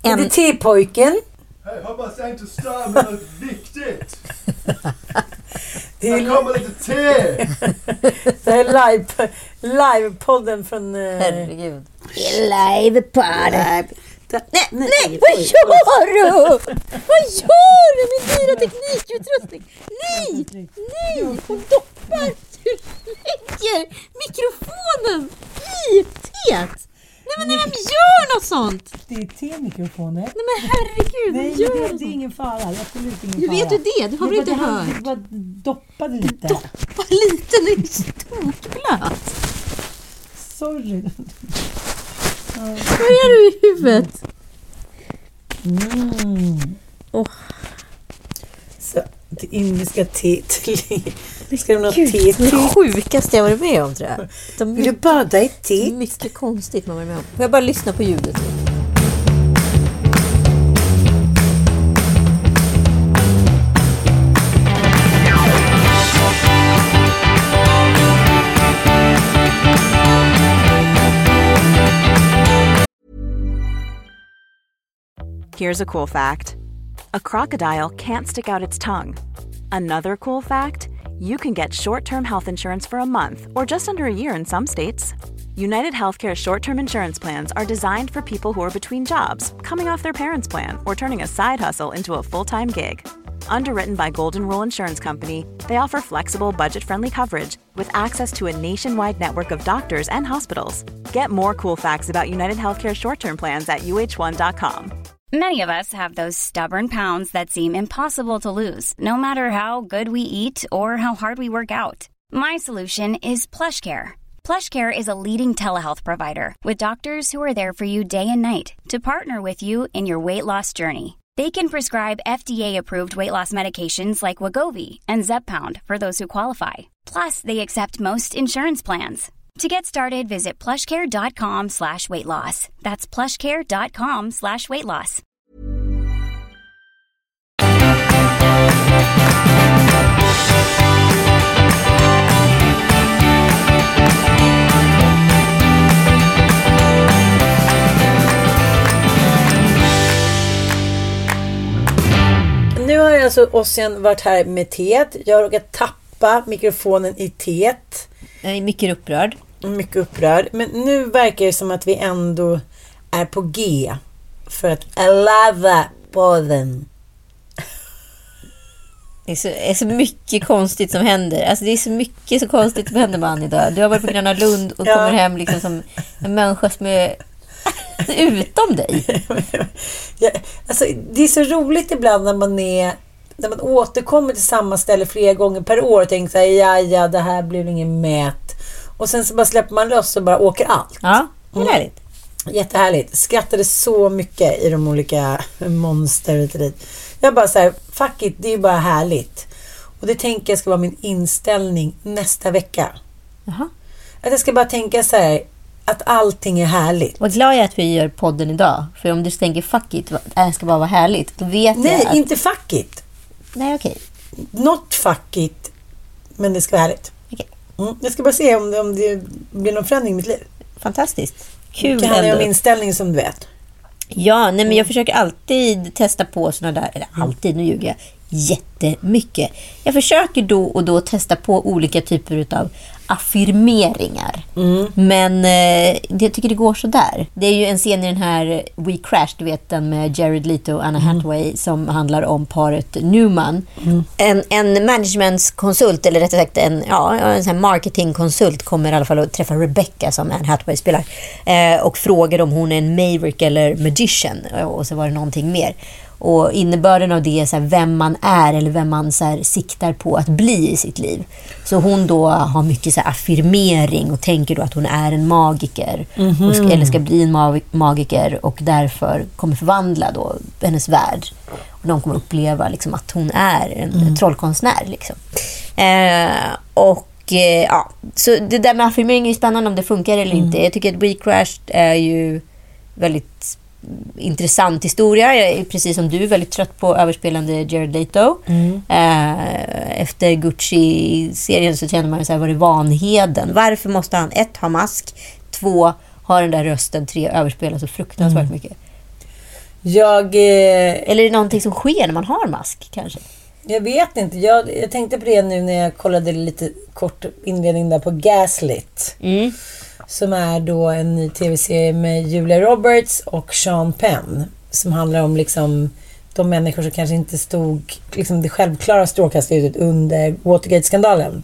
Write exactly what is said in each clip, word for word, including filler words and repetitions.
En... Är det tepojken? Jag hoppas jag inte stör med något viktigt. Det kommer lite te. Det är live, live-podden från... Uh... Herregud. Live-podden. Nej, nej, vad gör du? Vad gör du med dyra teknikutrustning? Nej, nej, hon doppar. Du lägger mikrofonen i teet. Nej, men när de gör något sånt. Det är te-mikrofoner. Nej, men herregud. Nej, gör det, det, det är ingen fara. Absolut ingen Hur fara. vet du det? Du har väl inte hört? Du bara doppade lite. Doppa lite, det är stokblöt. Sorry. Vad är du i huvudet? Mm. Oh. Så det indiska teet. Ska du något Gud, te? det är det sjukaste jag varit med om, tror jag. De Vill du bada i te? Mycket konstigt man varit med om. Får jag bara lyssna på ljudet? Here's a cool fact. A crocodile can't stick out its tongue. Another cool fact, you can get short-term health insurance for a month or just under a year in some states. United Healthcare short-term insurance plans are designed for people who are between jobs, coming off their parents' plan, or turning a side hustle into a full-time gig. Underwritten by Golden Rule Insurance Company, they offer flexible, budget-friendly coverage with access to a nationwide network of doctors and hospitals. Get more cool facts about United Healthcare short-term plans at U H one dot com. Many of us have those stubborn pounds that seem impossible to lose, no matter how good we eat or how hard we work out. My solution is PlushCare. PlushCare is a leading telehealth provider with doctors who are there for you day and night to partner with you in your weight loss journey. They can prescribe F D A-approved weight loss medications like Wegovy and Zepbound for those who qualify. Plus, they accept most insurance plans. To get started, visit plushcare.com slash weight loss. That's plushcare.com slash weight loss. Nu har jag alltså Ossian varit här med teet. Jag har råkat tappa mikrofonen i teet. Jag är mycket upprörd. Mycket upprörd. Men nu verkar det som att vi ändå är på G. För att lava podden. Det är så, är så mycket konstigt som händer. Alltså det är så mycket så konstigt som händer med Annie idag. Du har varit på Gröna Lund och ja. kommer hem liksom som en människa som är utom dig. Ja, alltså, det är så roligt ibland när man är när man återkommer till samma ställe flera gånger per år och tänker så här, ja, ja, det här blir ingen mät. Och sen så bara släpper man lös och bara åker allt. Ja, det är härligt. Mm. Jättehärligt. Skrattade så mycket i de olika monster. Jag bara så här, fuck it, det är ju bara härligt. Och det tänker jag ska vara min inställning nästa vecka. Jaha. Att jag ska bara tänka så här, att allting är härligt. Vad glad jag är att vi gör podden idag. För om du tänker fuck it, det ska bara vara härligt. Då vet Nej, jag att... inte fuck it. Nej, okej. Okay. Not fuck it, men det ska vara härligt. Okej. Okay. Mm, jag ska bara se om det, om det blir någon förändring i mitt liv. Fantastiskt. Kul. Det handlar om inställning som du vet. Ja, nej, men jag försöker alltid testa på såna där, eller alltid, nu ljuger jag jättemycket. Jag försöker då och då testa på olika typer av affirmeringar. Mm. Men eh, jag tycker det går så där. Det är ju en scen i den här We Crashed, du vet, den med Jared Leto och Anna mm. Hathaway som handlar om paret Newman. Mm. En, en managementkonsult, eller rättare sagt en, ja, en sån här marketingkonsult kommer i alla fall att träffa Rebecca som Anne Hathaway spelar eh, och frågar om hon är en maverick eller magician, och så var det någonting mer. Och innebörden av det är så här, vem man är eller vem man så här, siktar på att bli i sitt liv. Så hon då har mycket så här, affirmering och tänker då att hon är en magiker. Mm-hmm. och ska, eller ska bli en mag- magiker och därför kommer förvandla då hennes värld. Och de kommer uppleva liksom, att hon är en mm. trollkonstnär. Liksom. Eh, och eh, ja, så det där med affirmering är spännande om det funkar eller mm. inte. Jag tycker att We Crashed är ju väldigt intressant historia. Jag är precis som du väldigt trött på överspelande Jared Leto. Mm. Eh, efter Gucci-serien så känner man så här, var det vanheden? Varför måste han ett ha mask, två ha den där rösten, tre överspela så fruktansvärt mm. mycket? Jag... Eh, Eller är det någonting som sker när man har mask kanske? Jag vet inte. Jag, jag tänkte på det nu när jag kollade lite kort inledning där på Gaslit. Mm. Som är då en ny tv-serie med Julia Roberts och Sean Penn. Som handlar om liksom de människor som kanske inte stod liksom det självklara strålkastarljuset under Watergate-skandalen.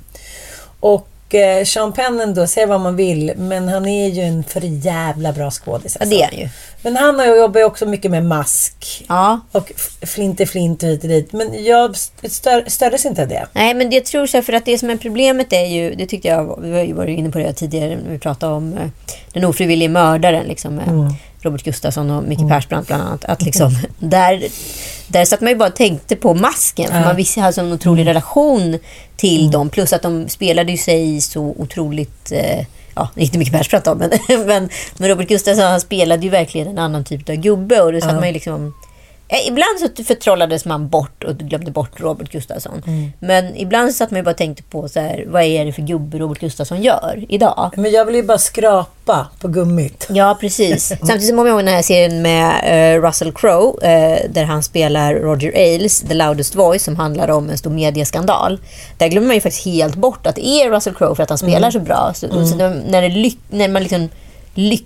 Och eh, Sean Penn ändå, säger vad man vill, men han är ju en för jävla bra skådis. Ja, det är han ju. Men han har jobbat ju också mycket med mask. Ja. Och flint är flint och hit och dit. Men jag stör, stördes inte av det. Nej, men det tror jag, för att det som är problemet är ju, det tyckte jag, vi var ju varit inne på det tidigare när vi pratade om eh, den ofrivilliga mördaren liksom, med mm. Robert Gustafsson och Micke mm. Persbrandt bland annat. Att liksom, mm. där, där satt man ju bara och tänkte på masken. För ja. man visste alltså en otrolig relation till mm. dem. Plus att de spelade ju sig så otroligt... Eh, ja, inte mycket Persbrandt om, men, men, men Robert Gustafsson, han spelade ju verkligen en annan typ av gubbe. Och då satt ja. man ju liksom... Eh, ibland så förtrollades man bort och glömde bort Robert Gustafsson. Mm. Men ibland så satt man ju bara och tänkte på så här, vad är det för gubbe Robert Gustafsson gör idag? Men jag vill ju bara skrapa på gummit. Ja, precis. Samtidigt som jag ihåg den här serien med uh, Russell Crowe, uh, där han spelar Roger Ailes, The Loudest Voice, som handlar om en stor medieskandal. Där glömmer man ju faktiskt helt bort att det är Russell Crowe för att han spelar mm. så bra. Så, mm. så när, det ly- när man liksom lyckas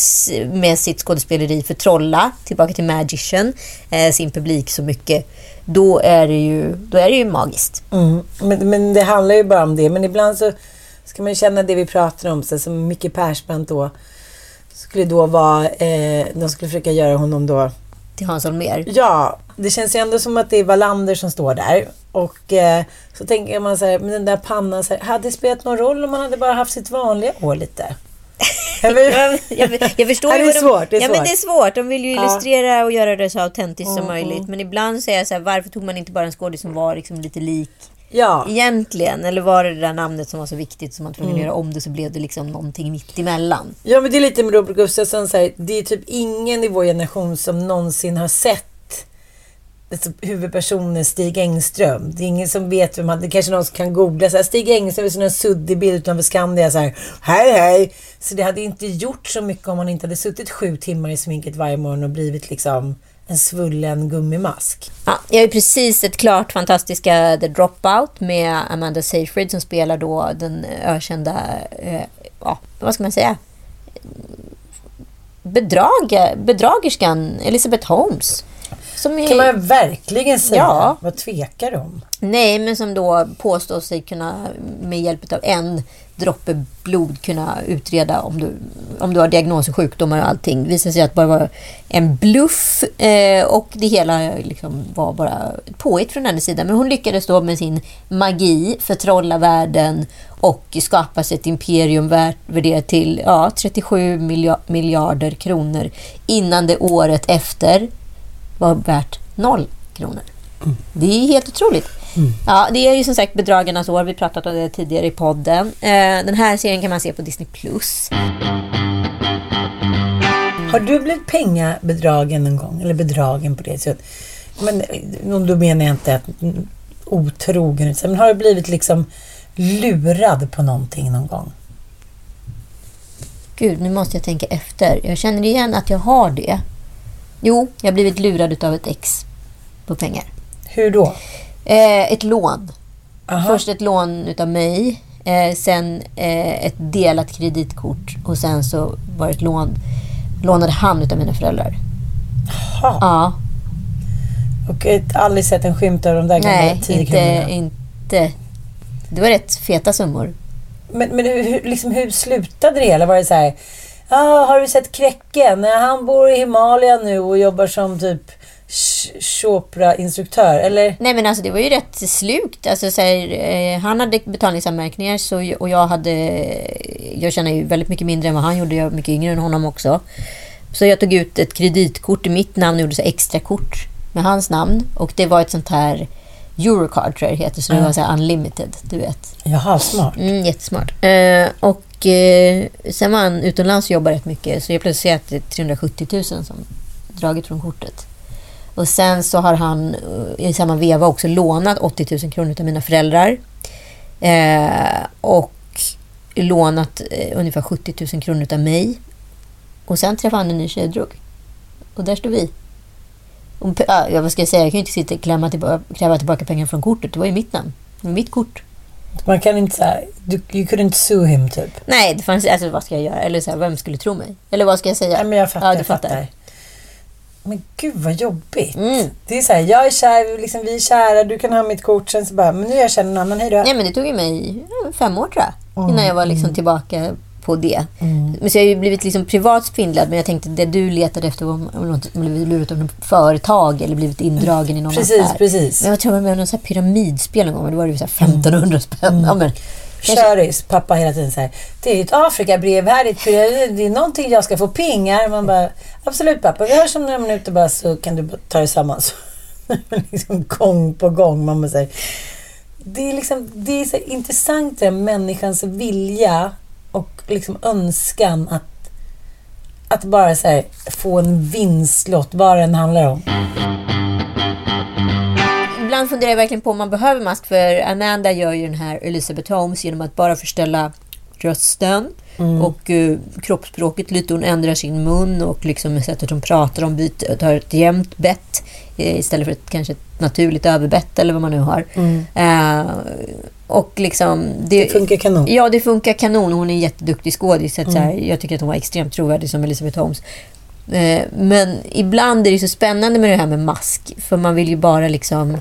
med sitt skådespeleri förtrolla tillbaka till Magician, eh, sin publik så mycket, då är det ju, då är det ju magiskt. Mm. Men, men det handlar ju bara om det. Men ibland så ska man känna det vi pratar om, så som Micke Persbrandt då skulle då vara, eh, de skulle försöka göra honom då till Hans Holmér. Ja, det känns ju ändå som att det är Wallander som står där. Och eh, så tänker man så här, men den där pannan så här, hade det spelat någon roll om man hade bara haft sitt vanliga år lite? jag, jag, jag förstår ju det, är de, svårt, det är ja, svårt. men det är svårt. De vill ju illustrera ja. och göra det så autentiskt mm, som möjligt. Mm. Men ibland säger jag så här, varför tog man inte bara en skådis som var liksom lite lik ja. egentligen? Eller var det det där namnet som var så viktigt som man tvungen mm. göra om det, så blev det liksom någonting mitt emellan? Ja, men det är lite med Robert Gustafsson så här, det är typ ingen i vår generation som någonsin har sett huvudpersonen Stig Engström. Det är ingen som vet vem han... Det kanske någon som kan googla så här, Stig Engström är en suddig bild utanför Skandia så här, hej hej. Så det hade inte gjort så mycket om man inte hade suttit sju timmar i sminket varje morgon och blivit liksom en svullen gummimask. Ja, jag är precis ett klart fantastiska The Dropout med Amanda Seyfried som spelar då den ökända eh, ja, vad ska man säga, bedrag, bedragerskan Elizabeth Holmes. Som är, kan man verkligen säga. Ja. Vad tvekar de? Nej, men som då påstår sig kunna med hjälp av en droppe blod kunna utreda om du, om du har diagnos och sjukdomar och allting. Visar sig att bara var en bluff eh, och det hela liksom var bara ett påhitt från hennes sida. Men hon lyckades då med sin magi förtrolla världen och skapa sig ett imperium värt, värderat till ja, trettiosju miljarder kronor innan det året efter var värt noll kronor. Mm. Det är helt otroligt. Mm. Ja, det är ju som sagt bedragarnas år. Vi pratat om det tidigare i podden. Eh, den här serien kan man se på Disney plus. Har du blivit pengabedragen en gång? Eller bedragen på det sättet? Men då menar jag inte att otrogen. Men har du blivit liksom lurad på någonting någon gång? Gud, nu måste jag tänka efter. Jag känner igen att jag har det. Jo, jag har blivit lurad av ett ex på pengar. Hur då? Eh, ett lån. Aha. Först ett lån utav mig. Eh, sen eh, ett delat kreditkort. Och sen så var det ett lån. Lånade han utav mina föräldrar. Jaha. Ja. Och ett, aldrig sett en skymt av de där Nej, tio inte, kronorna. inte. Det var rätt feta summor. Men, men hur, liksom, hur slutade det? Eller var det så här... Ah, har du sett Kräcken? Han bor i Himalaya nu och jobbar som typ Chopra-instruktör, eller? Nej, men alltså det var ju rätt slukt. Alltså, så här, eh, han hade betalningsanmärkningar så, och jag hade... Jag känner ju väldigt mycket mindre än vad han gjorde. Jag är mycket yngre än honom också. Så jag tog ut ett kreditkort i mitt namn och gjorde så extra kort med hans namn. Och det var ett sånt här Eurocard tror jag det heter. Så det var så här unlimited, du vet. Jaha, smart. Mm, jättesmart. Eh, och eh, sen var han utomlands och jobbade rätt mycket. Så jag plötsligt att det är trehundrasjuttio tusen som dragit från kortet. Och sen så har han i samma veva också lånat åttio tusen kronor av mina föräldrar. Eh, och lånat eh, ungefär sjuttio tusen kronor av mig. Och sen träffade han en ny tjej och drog. Och där stod vi. Och, ja, vad ska jag säga? Jag kan ju inte sitta och klämma tillbaka, kräva tillbaka pengar från kortet. Det var ju mitt namn. Det var mitt kort. Man kan inte säga, du you couldn't sue him typ. Nej, det fanns, alltså vad ska jag göra? Eller så här, vem skulle tro mig? Eller vad ska jag säga? Ja, men jag fattar, ja, du jag fattar. fattar. Men gud vad jobbigt. Mm. Det är så här, jag är kär, liksom, vi är kära, du kan ha mitt kort. Sen så bara, men nu är jag kär någon annan, hej då. Nej, men det tog ju mig ja, fem år tror jag. Mm. Innan jag var liksom tillbaka på det. Mm. Men så jag har ju blivit liksom privat svindlad. Men jag tänkte det du letade efter var om något blivit lurat av något företag. Eller blivit indragen i någon Precis, affär. precis. Men jag tror att jag var med någon så här pyramidspel en gång. Men det var ju så här femtonhundra spänn. Mm. Ja, men, Köris, pappa hela tiden så här, det är ju ett Afrikabrev här, det är, det är någonting jag ska få pingar. Man bara, absolut pappa, vi hörs om några minuter bara så kan du ta det samman. Så, liksom gång på gång, mamma säger. Det är liksom, det är så intressant det människans vilja och liksom önskan att, att bara så här, få en vinstlott, vad den handlar om. ibland funderar jag verkligen på om man behöver mask, för Amanda gör ju den här Elizabeth Holmes genom att bara förställa rösten mm. och uh, kroppsspråket lite. Hon ändrar sin mun och liksom sättet hon pratar om, byter, tar ett jämnt bett eh, istället för ett kanske ett naturligt överbett eller vad man nu har. Mm. Uh, och liksom det, det funkar kanon. Ja, det funkar kanon. Hon är en jätteduktig skådis. Mm. Så här, jag tycker att hon var extremt trovärdig som Elizabeth Holmes. Uh, men ibland är det så spännande med det här med mask, för man vill ju bara liksom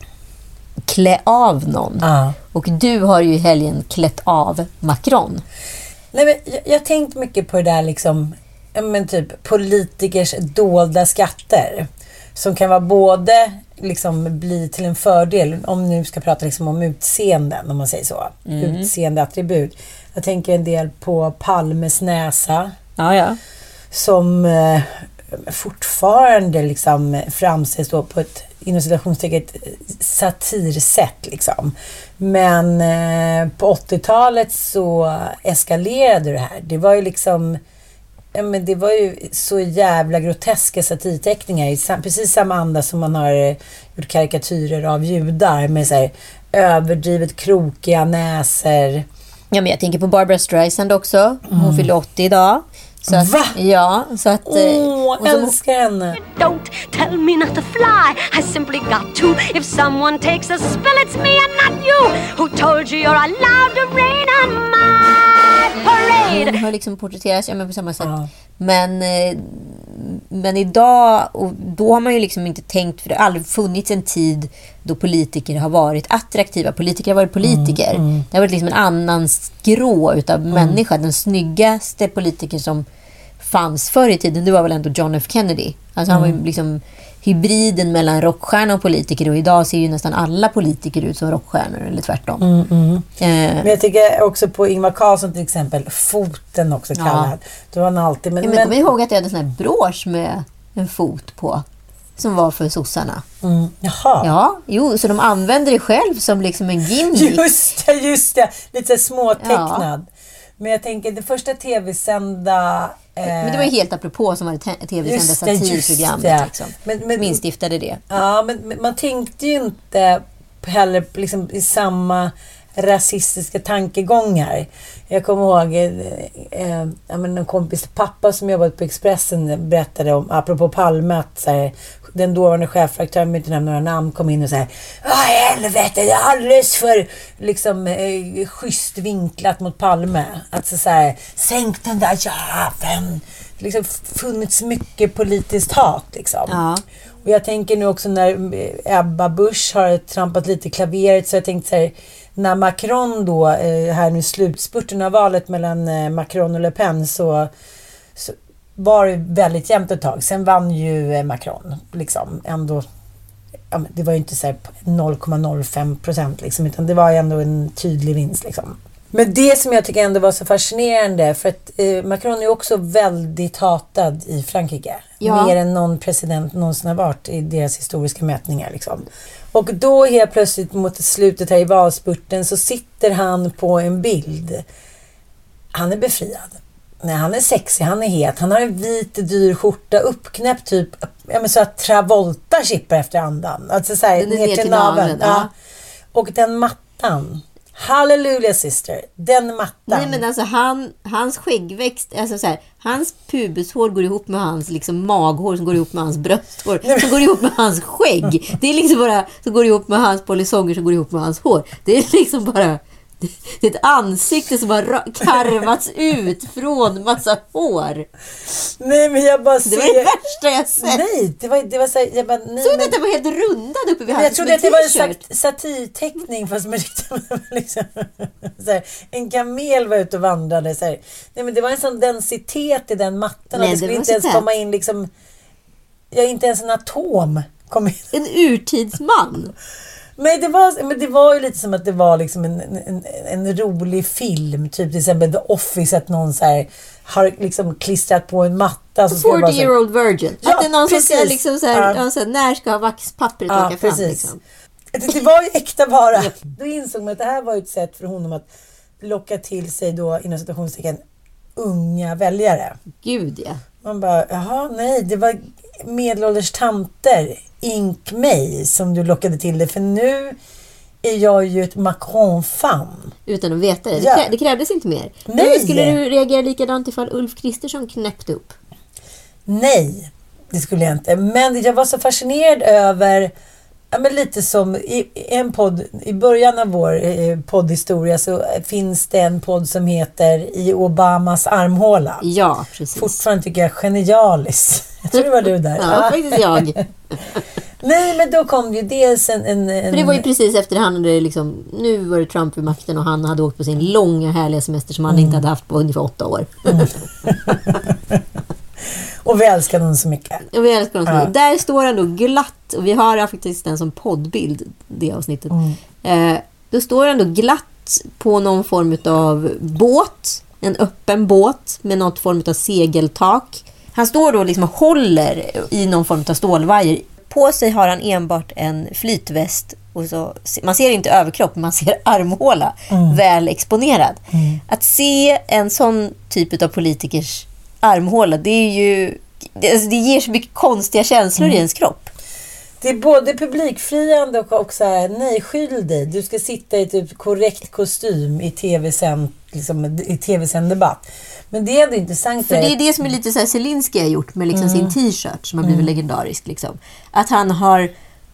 klä av någon. Ah. Och du har ju i helgen klätt av Macron. Nej, men jag, jag har tänkt mycket på det där liksom, men typ politikers dolda skatter som kan vara både liksom bli till en fördel, om nu ska prata liksom om utseenden, om man säger så. Mm. Utseendeattribut. Jag tänker en del på Palmes näsa. Ja, ja. Som eh, fortfarande liksom framställs då på ett inom citationstecken ett satirsätt liksom. Men eh, på åttiotalet så eskalerade det här. Det var ju liksom ja, men det var ju så jävla groteska satirteckningar, precis samma anda som man har eh, gjort karikatyrer av judar med så här överdrivet krokiga näser. Ja, men jag tänker på Barbara Streisand också. Hon mm. fyllde åttio idag. Så att, Va? Ja, så att... Åh, oh, älskar henne. Don't tell me not to fly. I simply got to. If someone takes a spill, it's me and not you. Who told you you're allowed to rain on my parade? Hon har liksom porträtterats ja, men på samma sätt. Ja. Men, men idag, och då har man ju liksom inte tänkt, för det har aldrig funnits en tid då politiker har varit attraktiva. Politiker har varit politiker. Mm, mm. Det har varit liksom en annan skrå utav mm. människa. Den snyggaste politiker som fanns förr i tiden, det var väl ändå John F. Kennedy. Alltså han mm. var ju liksom hybriden mellan rockstjärna och politiker, och idag ser ju nästan alla politiker ut som rockstjärnor eller tvärtom. Mm, mm. Eh. Men jag tycker också på Ingvar Carlsson till exempel, foten också kallad. Ja. Då var han alltid... Men, ja, men, men kommer ihåg att jag hade en sån här brosch med en fot på som var för sossarna. Mm. Jaha. Ja, jo, så de använder det själv som liksom en gimmick. Just det, just det. Lite så småtecknad. Ja. Men jag tänker, det första tv-sända... Eh, men det var ju helt apropå som var ett tv-sända satirprogrammet. Liksom. Men, men, Minst stiftade det. Ja, men, men man tänkte ju inte heller liksom, i samma rasistiska tankegångar. Jag kommer ihåg eh, eh, en kompis pappa som jobbade på Expressen berättade om, apropå Palme, att så här, den dåvarande chefredaktören med inte nämna några namn kom in och så här: "Åh helvete, det är alldeles för liksom eh, schysst vinklat mot Palme. Att så, så här, sänk den där jäveln." Det liksom funnits mycket politiskt hat liksom. Ja. Och jag tänker nu också när Ebba Busch har trampat lite i klaveret, så jag tänkte så här, när Macron då eh, här nu slutspurten av valet mellan eh, Macron och Le Pen, så, så var det väldigt jämnt ett tag. Sen vann ju eh, Macron liksom ändå, ja, det var ju inte så här noll komma noll fem procent liksom, utan det var ju ändå en tydlig vinst liksom. Men det som jag tycker ändå var så fascinerande, för att eh, Macron är ju också väldigt hatad i Frankrike. Ja. Mer än någon president någonsin har varit i deras historiska mätningar liksom. Och då helt plötsligt mot slutet här i valspurten så sitter han på en bild. Han är befriad. Nej, han är sexig, han är het. Han har en vit dyr skjorta uppknäppt typ, ja, men så att Travolta chippar efter andan. Alltså så här, ner till naveln. Ja. Och den mattan. Halleluja sister, den mattan. Nej men alltså han, hans skäggväxt, alltså så här, hans pubeshår går ihop med hans liksom maghår som går ihop med hans brösthår Nej, men... som går ihop med hans skägg. Det är liksom bara, som går ihop med hans polisonger som går ihop med hans hår. Det är liksom bara, det är ett ansikte som har karvats ut från massa hår. Nej men jag bara ser... Det var det värsta jag sett. Nej, det var, det var så här, jag bara, nej, så men... att det var helt rundad uppe vid hans. Jag trodde att det var en satirteckning fast med riktigt liksom, så här, en kamel var ute och vandrade så här. Nej men det var en sån densitet i den mattan. Nej, det skulle det inte ens komma in liksom, jag inte ens en atom kom in. En urtidsman. Men det var, men det var ju lite som att det var liksom en, en, en rolig film. Typ till exempel The Office, att någon så här har liksom klistrat på en matta. forty year old virgin. Ja, att det är någon precis. som säger liksom så här, ja. så här, när ska vaxpappret ja, åka fram? Precis. Liksom. Det, det var ju äkta vara. Då insåg man att det här var ett sätt för honom att locka till sig då, inom situationstecken, unga väljare. Gud ja. Man bara, jaha nej, det var medelålders tanter, ink mig, som du lockade till det. För nu är jag ju ett Macron-fan. Utan att veta det. Ja. Det krävdes inte mer. Nej. Men skulle du reagera likadant ifall Ulf Kristersson knäppte upp? Nej, det skulle jag inte. Men jag var så fascinerad över, ja, men lite som i en podd, i början av vår eh, poddhistoria så finns det en podd som heter I Obamas armhåla. Ja, precis. Fortfarande tycker jag genialiskt. Jag tror det var du där. Ja, faktiskt jag. Nej, men då kom ju dels en... en, en... För det var ju precis efter han hade liksom, nu var det Trump vid makten och han hade åkt på sin långa härliga semester som han mm. inte hade haft på ungefär åtta år. Mm. Och vi älskar honom så mycket. Och vi älskar honom så mycket. Ja. Där står han då glatt, och vi har faktiskt en som poddbild, det avsnittet. Mm. Eh, då står han då glatt på någon form av båt, en öppen båt med något form av segeltak. Han står då liksom och håller i någon form av stålvajer. På sig har han enbart en flytväst och så, man ser inte överkropp, man ser armhåla mm. väl exponerad. Mm. Att se en sån typ av politikers armhåla, det är ju det, alltså det ger så mycket konstiga känslor mm. i ens kropp. Det är både publikfriande och också nej, skyll dig. Du ska sitta i typ korrekt kostym i tv-sänd liksom, i tv-sänd debatt. Men det är ändå intressant. För det är det som är lite så här Zelensky har gjort med liksom mm. sin t-shirt som har blivit mm. legendarisk. Liksom. Att han har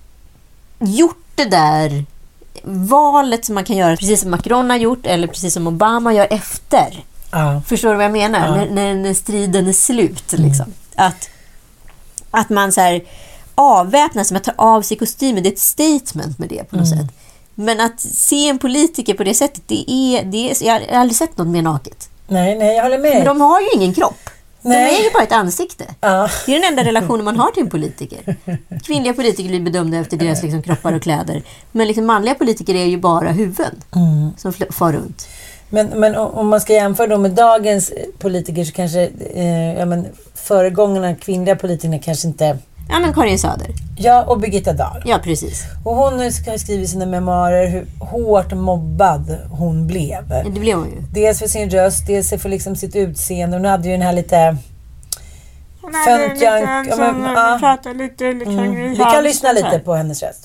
gjort det där valet som man kan göra precis som Macron har gjort eller precis som Obama gör efter. Ja. Förstår du vad jag menar? Ja. När, när, när striden är slut. Mm. Liksom. Att, att man så här avväpnar sig med att ta av sig kostymen. Det är ett statement med det på något mm. sätt. Men att se en politiker på det sättet, det är, det är, jag har aldrig sett något mer naket. Nej, nej, jag håller med. Men de har ju ingen kropp. Nej. De är ju bara ett ansikte. Ja. Det är den enda relationen man har till en politiker. Kvinnliga politiker blir bedömda efter deras liksom, kroppar och kläder. Men liksom, manliga politiker är ju bara huvuden mm. som far runt. Men, men om man ska jämföra då med dagens politiker så kanske eh, ja, men föregångarna kvinnliga politikerna kanske inte... Ja, men Karin Söder. Ja, och Birgitta Dahl. Ja, precis. Och hon har skrivit sina memoarer hur hårt mobbad hon blev. Ja, det blev hon ju. Dels för sin röst, dels för liksom sitt utseende. Hon hade ju den här lite... Hon hade lite en ja, som men, ja. pratade lite liksom mm. Vi kan lyssna lite på hennes röst.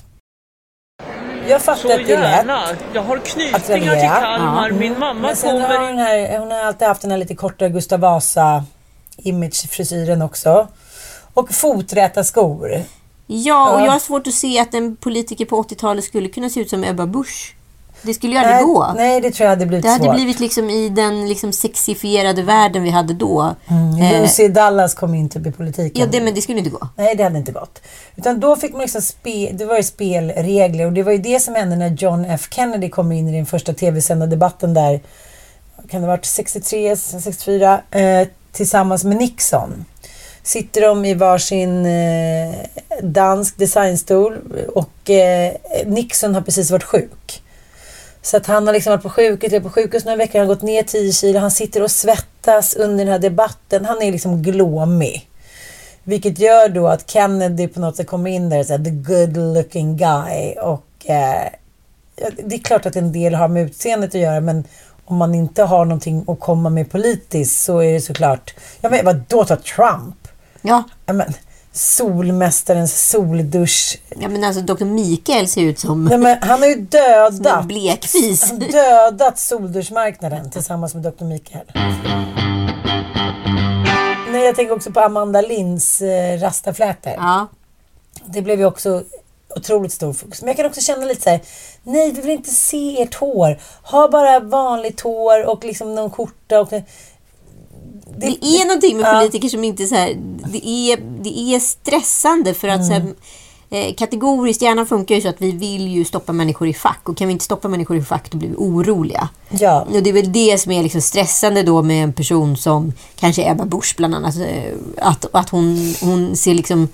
Jag fattar att det är lätt. Jag har knytningar till Kalmar. Ja. Min mamma men sen kommer... Har hon, här, hon har alltid haft den här lite kortare Gustav Vasa-image-frisyren också. Och foträta skor. Ja, och ja. jag har svårt att se att en politiker på åttiotalet skulle kunna se ut som Ebba Busch. Det skulle ju aldrig nej, gå. Nej, det tror jag hade blivit Det hade svårt. blivit liksom i den liksom sexifierade världen vi hade då. Mm. Eh, Lucy Dallas kom inte i politiken. Ja, det, men det skulle inte gå. Nej, det hade inte gått. Utan då fick man liksom spe, det var ju spelregler. Och det var ju det som hände när John F. Kennedy kom in i den första tv-sända debatten där. Kan det ha varit sextiotre, sextiofyra eh, tillsammans med Nixon. Sitter de i varsin eh, dansk designstol och eh, Nixon har precis varit sjuk. Så att han har liksom varit på sjukhus, på sjukhus några veckor, han har gått ner tio kilo, han sitter och svettas under den här debatten. Han är liksom glåmig. Vilket gör då att Kennedy på något sätt kommer in där och säger the good looking guy. Och eh, det är klart att en del har med utseendet att göra, men om man inte har någonting att komma med politiskt så är det såklart, ja men vad då tar Trump? Ja. Ja, men, solmästarens soldusch. Ja, men alltså doktor Mikael ser ut som... Nej, men han har ju dödat... en blekfis. dödat solduschmarknaden tillsammans med doktor Mikael. Nej, jag tänker också på Amanda Linds eh, rastaflätor. Ja. Det blev ju också otroligt stor fokus. Men jag kan också känna lite så här: nej, vi vill inte se ert hår. Ha bara vanligt hår och liksom någon skjorta. Och det, det är någonting med politiker ja. som inte så här, det är, det är stressande för att mm. så här, eh, kategoriskt hjärnan funkar ju så att vi vill ju stoppa människor i fack, och kan vi inte stoppa människor i fack då blir vi oroliga. Ja. Och det är väl det som är liksom stressande då med en person som kanske Ebba Busch bland annat, att, att hon, hon ser liksom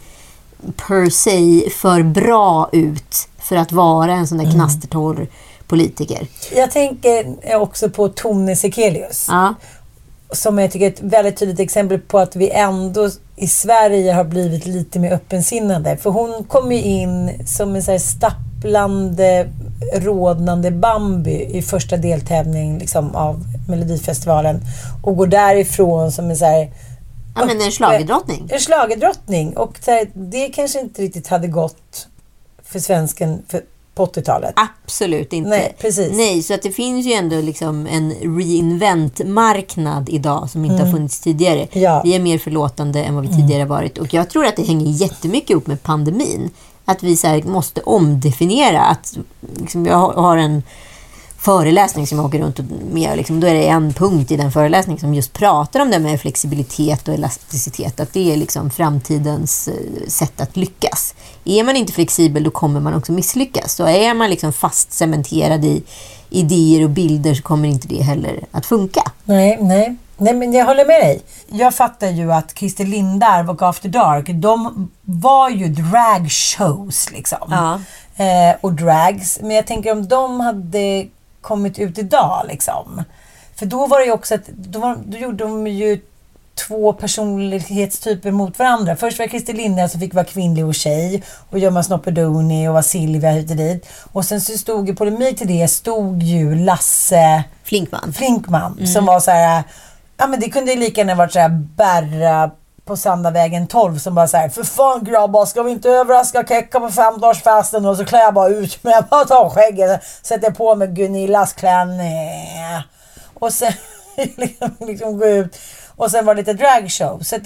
per se för bra ut för att vara en sån där knastertorr politiker. Jag tänker också på Tone Sekelius. Ja. Som jag tycker är ett väldigt tydligt exempel på att vi ändå i Sverige har blivit lite mer öppensinnade. För hon kom ju in som en så här stapplande, rodnande Bambi i första deltävling liksom av Melodifestivalen. Och går därifrån som en så här... Ja, men en schlagerdrottning. En schlagerdrottning. Och så här, det kanske inte riktigt hade gått för svensken för, på åttiotalet. Absolut inte. Nej, precis. Nej, så att det finns ju ändå liksom en reinvent-marknad idag som inte mm. har funnits tidigare. Ja. Vi är mer förlåtande än vad vi mm. tidigare varit. Och jag tror att det hänger jättemycket upp med pandemin. Att vi så här måste omdefiniera. Att liksom, jag har en föreläsning som jag åker runt med, liksom, då är det en punkt i den föreläsningen som just pratar om det med flexibilitet och elasticitet, att det är liksom framtidens eh, sätt att lyckas. Är man inte flexibel, då kommer man också misslyckas. Så är man liksom fast cementerad i idéer och bilder, så kommer inte det heller att funka. Nej, nej. Nej, men jag håller med dig. Jag fattar ju att Christer Lindarw och After Dark, de var ju dragshows liksom. Ja. Eh, och drags. Men jag tänker om de hade kommit ut idag liksom. För då var det ju också att då, var, då gjorde de ju två personlighetstyper mot varandra. Först var Christer Lindarw som fick vara kvinnlig och tjej och gömma Snoppedoni och var Silvia hit och dit. Och sen så stod ju polemik till det stod ju Lasse Flinkman, Flinkman mm. som var så här, ja men det kunde ju lika gärna varit så här Berra på Sandavägen tolv som bara så här: för fan grabbar, ska vi inte överraska Kekka på femtonårsfesten? Och så klär jag bara ut med bara tar skägget, sätter på med Gunillas klänning och sen liksom, liksom gå ut. Och sen var det lite dragshow. Så att,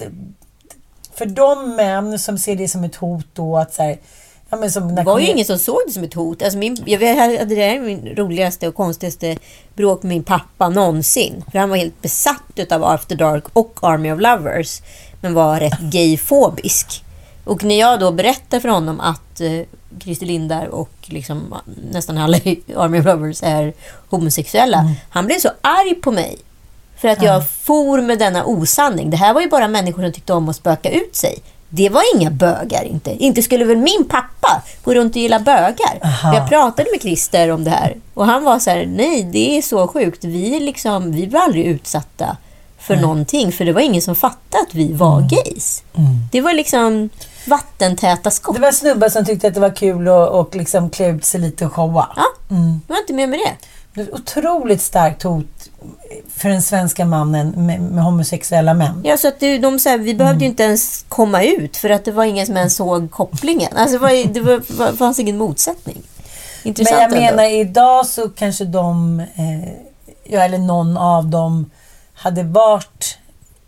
för de män som ser det som ett hot då att så här, ja, men som det var ju ingen som såg det som ett hot. Alltså min, jag hade det där min roligaste och konstigaste bråk med min pappa någonsin. För han var helt besatt av After Dark och Army of Lovers, men var rätt gayfobisk. Och när jag då berättar för honom att eh, Christer Lindarw och liksom, nästan alla i Army of Lovers är homosexuella, mm. han blev så arg på mig. För att jag mm. for med denna osanning. Det här var ju bara människor som tyckte om att spöka ut sig. Det var inga bögar inte. Inte skulle väl min pappa gå runt och gilla bögar. Jag pratade med Christer om det här. Och han var så här: nej, det är så sjukt. Vi, liksom, vi var aldrig utsatta för mm. någonting. För det var ingen som fattade att vi var mm. gays. Mm. Det var liksom vattentäta skott. Det var snubbar som tyckte att det var kul och, och liksom klä ut sig lite och showa. Ja, mm. jag var inte med med det. Det är ett otroligt starkt hot för den svenska mannen med, med homosexuella män. Ja, så att det, de så här, vi behövde mm. ju inte ens komma ut för att det var ingen som ens såg kopplingen. Alltså det, var, det var, var, fanns ingen motsättning. Intressant. Men jag ändå. menar, idag så kanske de eh, ja, eller någon av dem hade varit,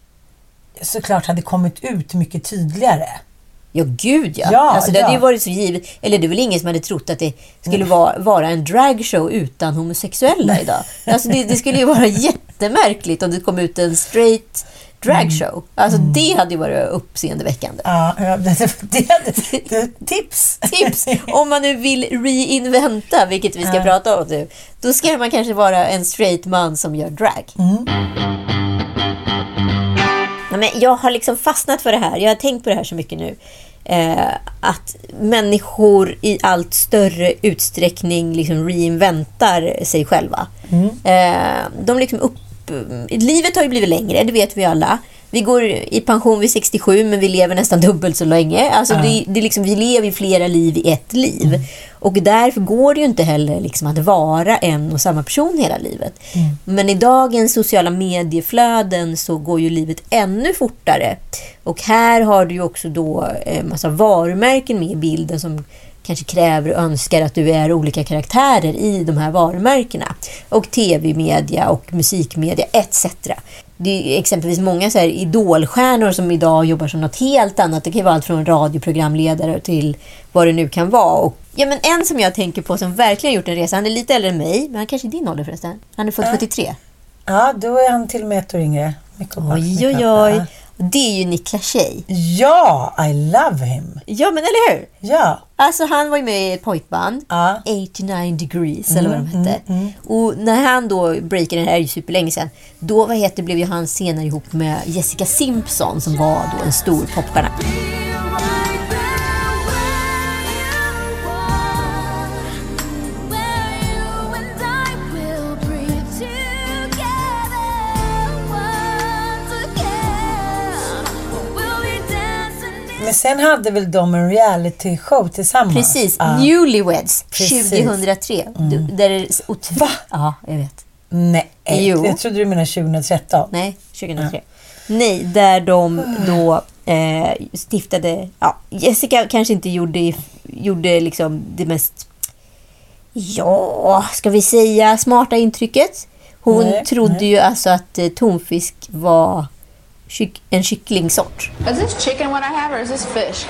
såklart hade kommit ut mycket tydligare. Ja, gud ja. ja alltså det ja. hade ju varit så givet. Eller det är väl ingen som hade trott att det skulle vara, vara en dragshow utan homosexuella idag. Alltså det, det skulle ju vara jättemärkligt om det kom ut en straight dragshow. Mm. Alltså mm. det hade ju varit uppseendeväckande. Ja, det, det, det, det, tips. Tips. Om man nu vill reinventa, vilket vi ska ja. prata om nu, då ska man kanske vara en straight man som gör drag. Mm. Men jag har liksom fastnat för det här. Jag har tänkt på det här så mycket nu. Eh, att människor i allt större utsträckning liksom reinventar sig själva. Mm. Eh, de liksom upp... Livet har ju blivit längre, det vet vi alla. vi går i pension vid sextiosju, men vi lever nästan dubbelt så länge. Alltså Ja. det, det är liksom, vi lever i flera liv i ett liv. Mm. Och därför går det ju inte heller liksom att vara en och samma person hela livet. Mm. Men i dagens sociala medieflöden så går ju livet ännu fortare. Och här har du ju också då en massa varumärken med i bilden som kanske kräver och önskar att du är olika karaktärer i de här varumärkena. Och tv-media och musikmedia et cetera. Det är exempelvis många så här idolstjärnor som idag jobbar som något helt annat. Det kan vara allt från radioprogramledare till vad det nu kan vara. Och ja, men en som jag tänker på som verkligen gjort en resa, han är lite äldre än mig, men han kanske är din ålder förresten. Han är född sjuttiotre. Ja, då är han till och med ett år yngre. Oj, oj, oj. Det är ju Nick Lachey. Ja, I love him. Ja, men eller hur? Ja. Alltså han var ju med i ett pojkband. Ja. åttionio degrees, eller vad de Mm, hette. mm, mm. Och när han då breakade, det här är ju superlänge sedan, då vad heter, blev ju han senare ihop med Jessica Simpson som var då en stor popstjärna. Men sen hade väl de en reality show tillsammans? Precis, ja. Newlyweds Precis. tjugohundratre. Mm. Där är otro- Va? Ja, jag vet. Nej, Jo. jag trodde du menade tjugohundratretton. Nej, tjugohundratre. Ja. Nej, där de då eh, stiftade... Ja, Jessica kanske inte gjorde, gjorde liksom det mest... Ja, ska vi säga smarta intrycket. Hon nej, trodde nej. ju alltså att eh, tonfisk var kyck, en kycklingsort. Is this chicken what I have or is this fish?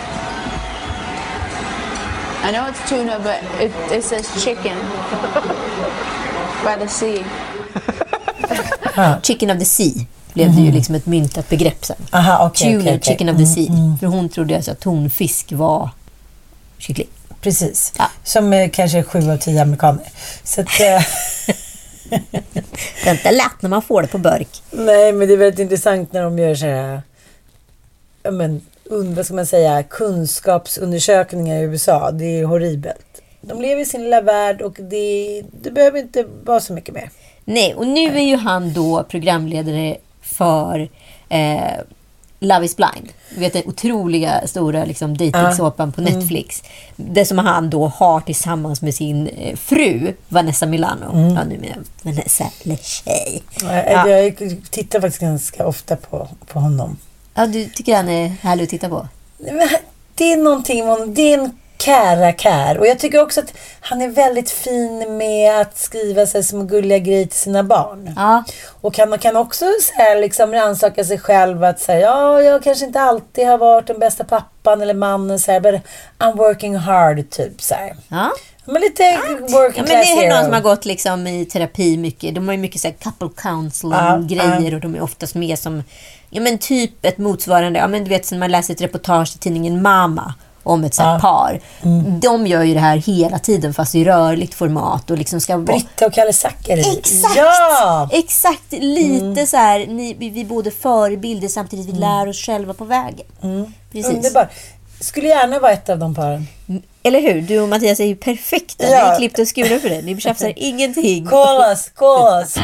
I know it's tuna but it, it says chicken by the sea. Chicken of the sea blev det ju liksom ett myntat begrepp sen. Aha, okay, Tuna, okay, okay. chicken of the sea. Mm, mm. För hon trodde alltså att tonfisk var kyckling. Precis. Ja. Som eh, kanske sju av tio amerikaner. Så att, eh, Det är inte lätt när man får det på burk. nej, men det är väldigt intressant när de gör så här, ja, men, und, vad ska man säga, kunskapsundersökningar i U S A. Det är horribelt. De lever i sin lilla värld och det, det behöver inte vara så mycket mer. Nej, och nu är ju han då programledare för eh, Love is blind. Du vet den otroliga stora liksom, dejtingsåpan på Netflix. Mm. Det som han då har tillsammans med sin eh, fru Vanessa Milano. Mm. Ja, nu menar jag Vanessa Lachey. Ja. Jag tittar faktiskt ganska ofta på, på honom. Ja, du tycker han är härlig att titta på? Det är någonting, det är en kära kär. Och jag tycker också att han är väldigt fin med att skriva sig som gulliga grejer till sina barn. Ja. Och han kan också så här, liksom rannsaka sig själv att säga, ja, jag kanske inte alltid har varit den bästa pappan eller mannen så här, but I'm working hard typ så här. Ja. Men lite Ja, working men det class är hero. någon som har gått liksom i terapi mycket. De har ju mycket så här couple counseling Ja, grejer ja. och de är oftast med som ja men typ ett motsvarande, ja men du vet som man läser ett reportage i tidningen Mama om ett så här Ja. par. Mm. De gör ju det här hela tiden fast i rörligt format och liksom ska vara Britta och Kalle Zackari. Exakt! Ja! Exakt, lite Mm. så här ni, vi, vi både förebilder samtidigt vi lär oss själva på vägen. Mm. Precis. Underbar. Skulle gärna vara ett av de paren. Eller hur? Du och Mattias är ju perfekta. Ja. Ni är klippt och skuren för det. Ni tjafsar ingenting. Call us, call us.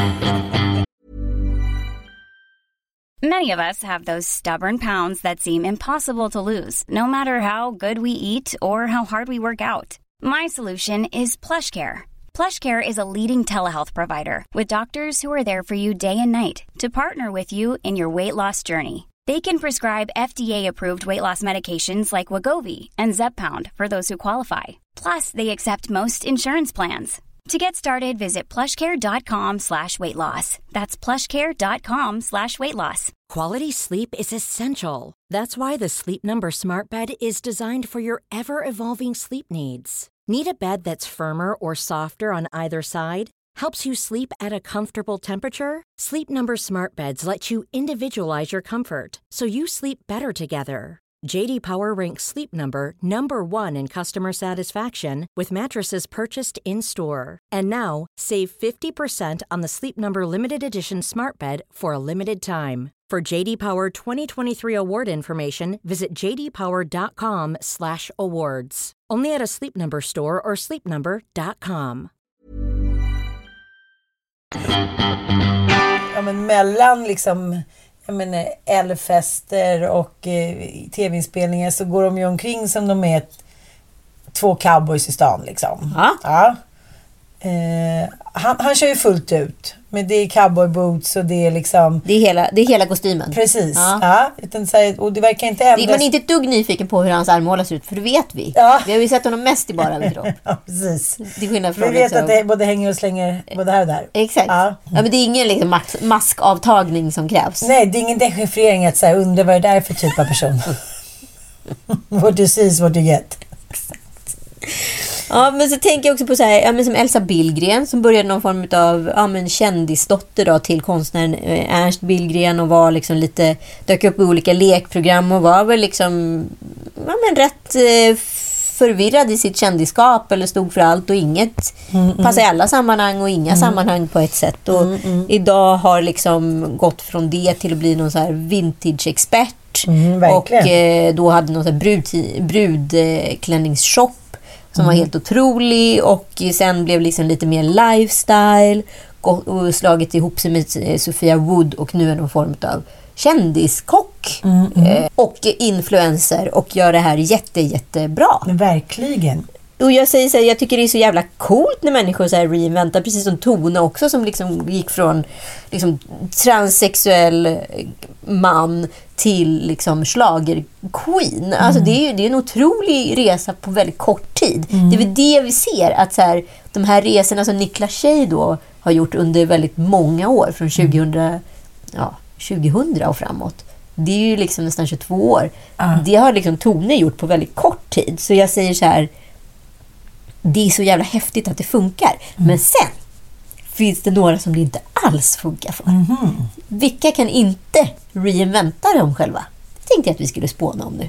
Many of us have those stubborn pounds that seem impossible to lose, no matter how good we eat or how hard we work out. My solution is PlushCare. PlushCare is a leading telehealth provider with doctors who are there for you day and night to partner with you in your weight loss journey. They can prescribe F D A-approved weight loss medications like Wegovy and Zepbound for those who qualify. Plus, they accept most insurance plans. To get started, visit plushcare.com slash weight loss. That's plushcare.com slash weight loss. Quality sleep is essential. That's why the Sleep Number Smart Bed is designed for your ever-evolving sleep needs. Need a bed that's firmer or softer on either side? Helps you sleep at a comfortable temperature? Sleep Number Smart Beds let you individualize your comfort so you sleep better together. J D Power ranks Sleep Number number one in customer satisfaction with mattresses purchased in-store. And now, save fifty percent on the Sleep Number Limited Edition Smart Bed for a limited time. For J D Power twenty twenty-three award information, visit j d power dot com slash awards. Only at a Sleep Number store or sleep number dot com. Ja, men mellan liksom jag menar, L-fester och eh, tv-inspelningar så går de ju omkring som de är ett, två cowboys i stan liksom. Ja. Ja. Eh, han, han kör ju fullt ut. Men det är cowboy boots och det är liksom... Det är hela, det är hela kostymen. Precis. Ja. Ja, utan så här, och det verkar inte ändras... Man är inte ett dugg nyfiken på hur hans armhåla ser ut, för det vet vi. Ja. Vi har ju sett honom mest i bara överkropp. Ja, precis. Till skillnad från Vi vet liksom... att det både hänger och slänger både här och där. Exakt. Ja. Ja, men det är ingen liksom mask- maskavtagning som krävs. Nej, det är ingen dechiffrering att så här, undra vad det där är för typ av person. What you see is what you get. Ja, men så tänker jag också på så här, ja, men som Elsa Billgren som började någon form av ja, men kändisdotter då, till konstnären eh, Ernst Billgren och var liksom lite, dök upp i olika lekprogram och var väl liksom ja, men rätt eh, förvirrad i sitt kändisskap eller stod för allt och inget mm, mm. passade i alla sammanhang och inga mm. sammanhang på ett sätt och mm, mm. idag har liksom gått från det till att bli någon så här vintage-expert mm, och eh, då hade någon så här brud, brudklänningsshop som mm. var helt otrolig och sen blev liksom lite mer lifestyle och slagit ihop sig med Sofia Wood och nu är någon form av kändiskock mm, mm. och influencer och gör det här jätte, jättebra. Men verkligen. Och jag säger så här, jag tycker det är så jävla coolt när människor så här reinventar, precis som Tone också som liksom gick från liksom transsexuell man till liksom schlagerqueen. Mm. Alltså det är ju det är en otrolig resa på väldigt kort tid. Mm. Det är väl det vi ser att så här, de här resorna som Niklas Tjej då har gjort under väldigt många år från tjugohundra, mm. ja, tjugohundra och framåt. Det är ju liksom nästan tjugotvå år. Mm. Det har liksom Tone gjort på väldigt kort tid. Så jag säger så här, det är så jävla häftigt att det funkar. Mm. Men sen finns det några som det inte alls funkar för. Mm. Vilka kan inte reinventa dem själva? Det tänkte jag att vi skulle spåna om nu.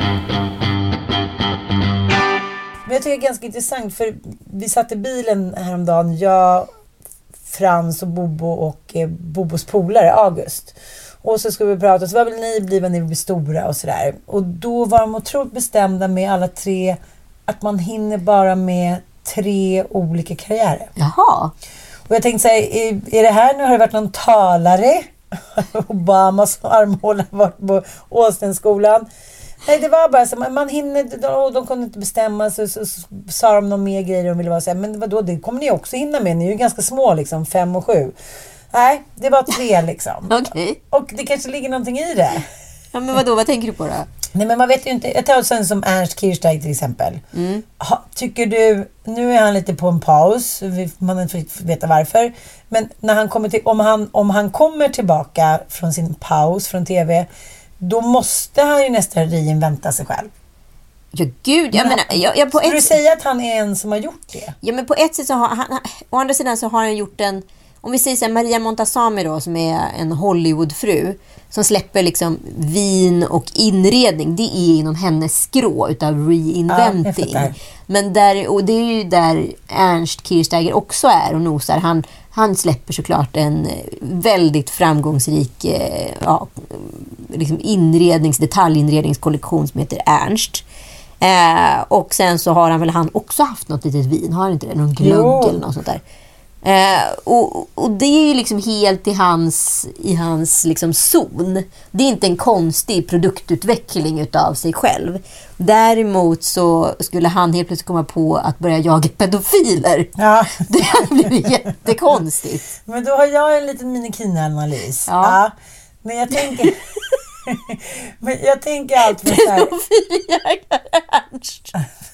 Men jag tycker det är ganska intressant för vi satt i bilen häromdagen, jag, Frans och Bobo och eh, Bobos polare, August. Och så skulle vi prata, så vad vill ni bli när ni blir stora och sådär. Och då var de otroligt bestämda med alla tre att man hinner bara med tre olika karriärer. Jaha. Och jag tänkte säga, är, är det här nu, har det varit någon talare? Obamas armhåla varit på Åstenskolan. Nej, det var bara så, man, man hinner, de, de kunde inte bestämma sig, så, så, så sa de någon mer grejer de ville vara så här, men vadå, det kommer ni också hinna med, ni är ju ganska små liksom, fem och sju. Nej, det var tre liksom. Okej. Okay. Och det kanske ligger någonting i det. Ja, men vadå, vad tänker du på då? Nej, men man vet ju inte. Jag tar sen som Ernst Kirchsteiger till exempel. Mm. Ha, tycker du, nu är han lite på en paus, man har inte veta varför, men när han kommer till, om han, om han kommer tillbaka från sin paus från tv, då måste han ju nästan reinventa sig själv. Ja, gud, jag menar, jag, jag på Skulle ett du säga att han är en som har gjort det? Ja, men på ett sätt så har han, å andra sidan så har han gjort en, om vi säger så här, Maria Montazami då, som är en Hollywoodfru som släpper liksom vin och inredning, det är inom hennes skrå utav reinventing. Ja, men där, och det är ju där Ernst Kirchsteiger också är och nosar. Han, han släpper såklart en väldigt framgångsrik ja, liksom inrednings, detaljinredningskollektion som heter Ernst. Eh, och sen så har han väl han också haft något litet vin, har han inte det? Någon glögg jo. Eller något sånt där. Eh, och, och det är ju liksom helt i hans, i hans liksom zon. Det är inte en konstig produktutveckling utav sig själv. Däremot så skulle han helt plötsligt komma på att börja jaga pedofiler. Ja. Det hade blivit jättekonstigt. Men då har jag en liten minikina-analys. Ja. Ja. Men jag tänker... Men jag tänker allt för så här... Pedofiljägare Ernst.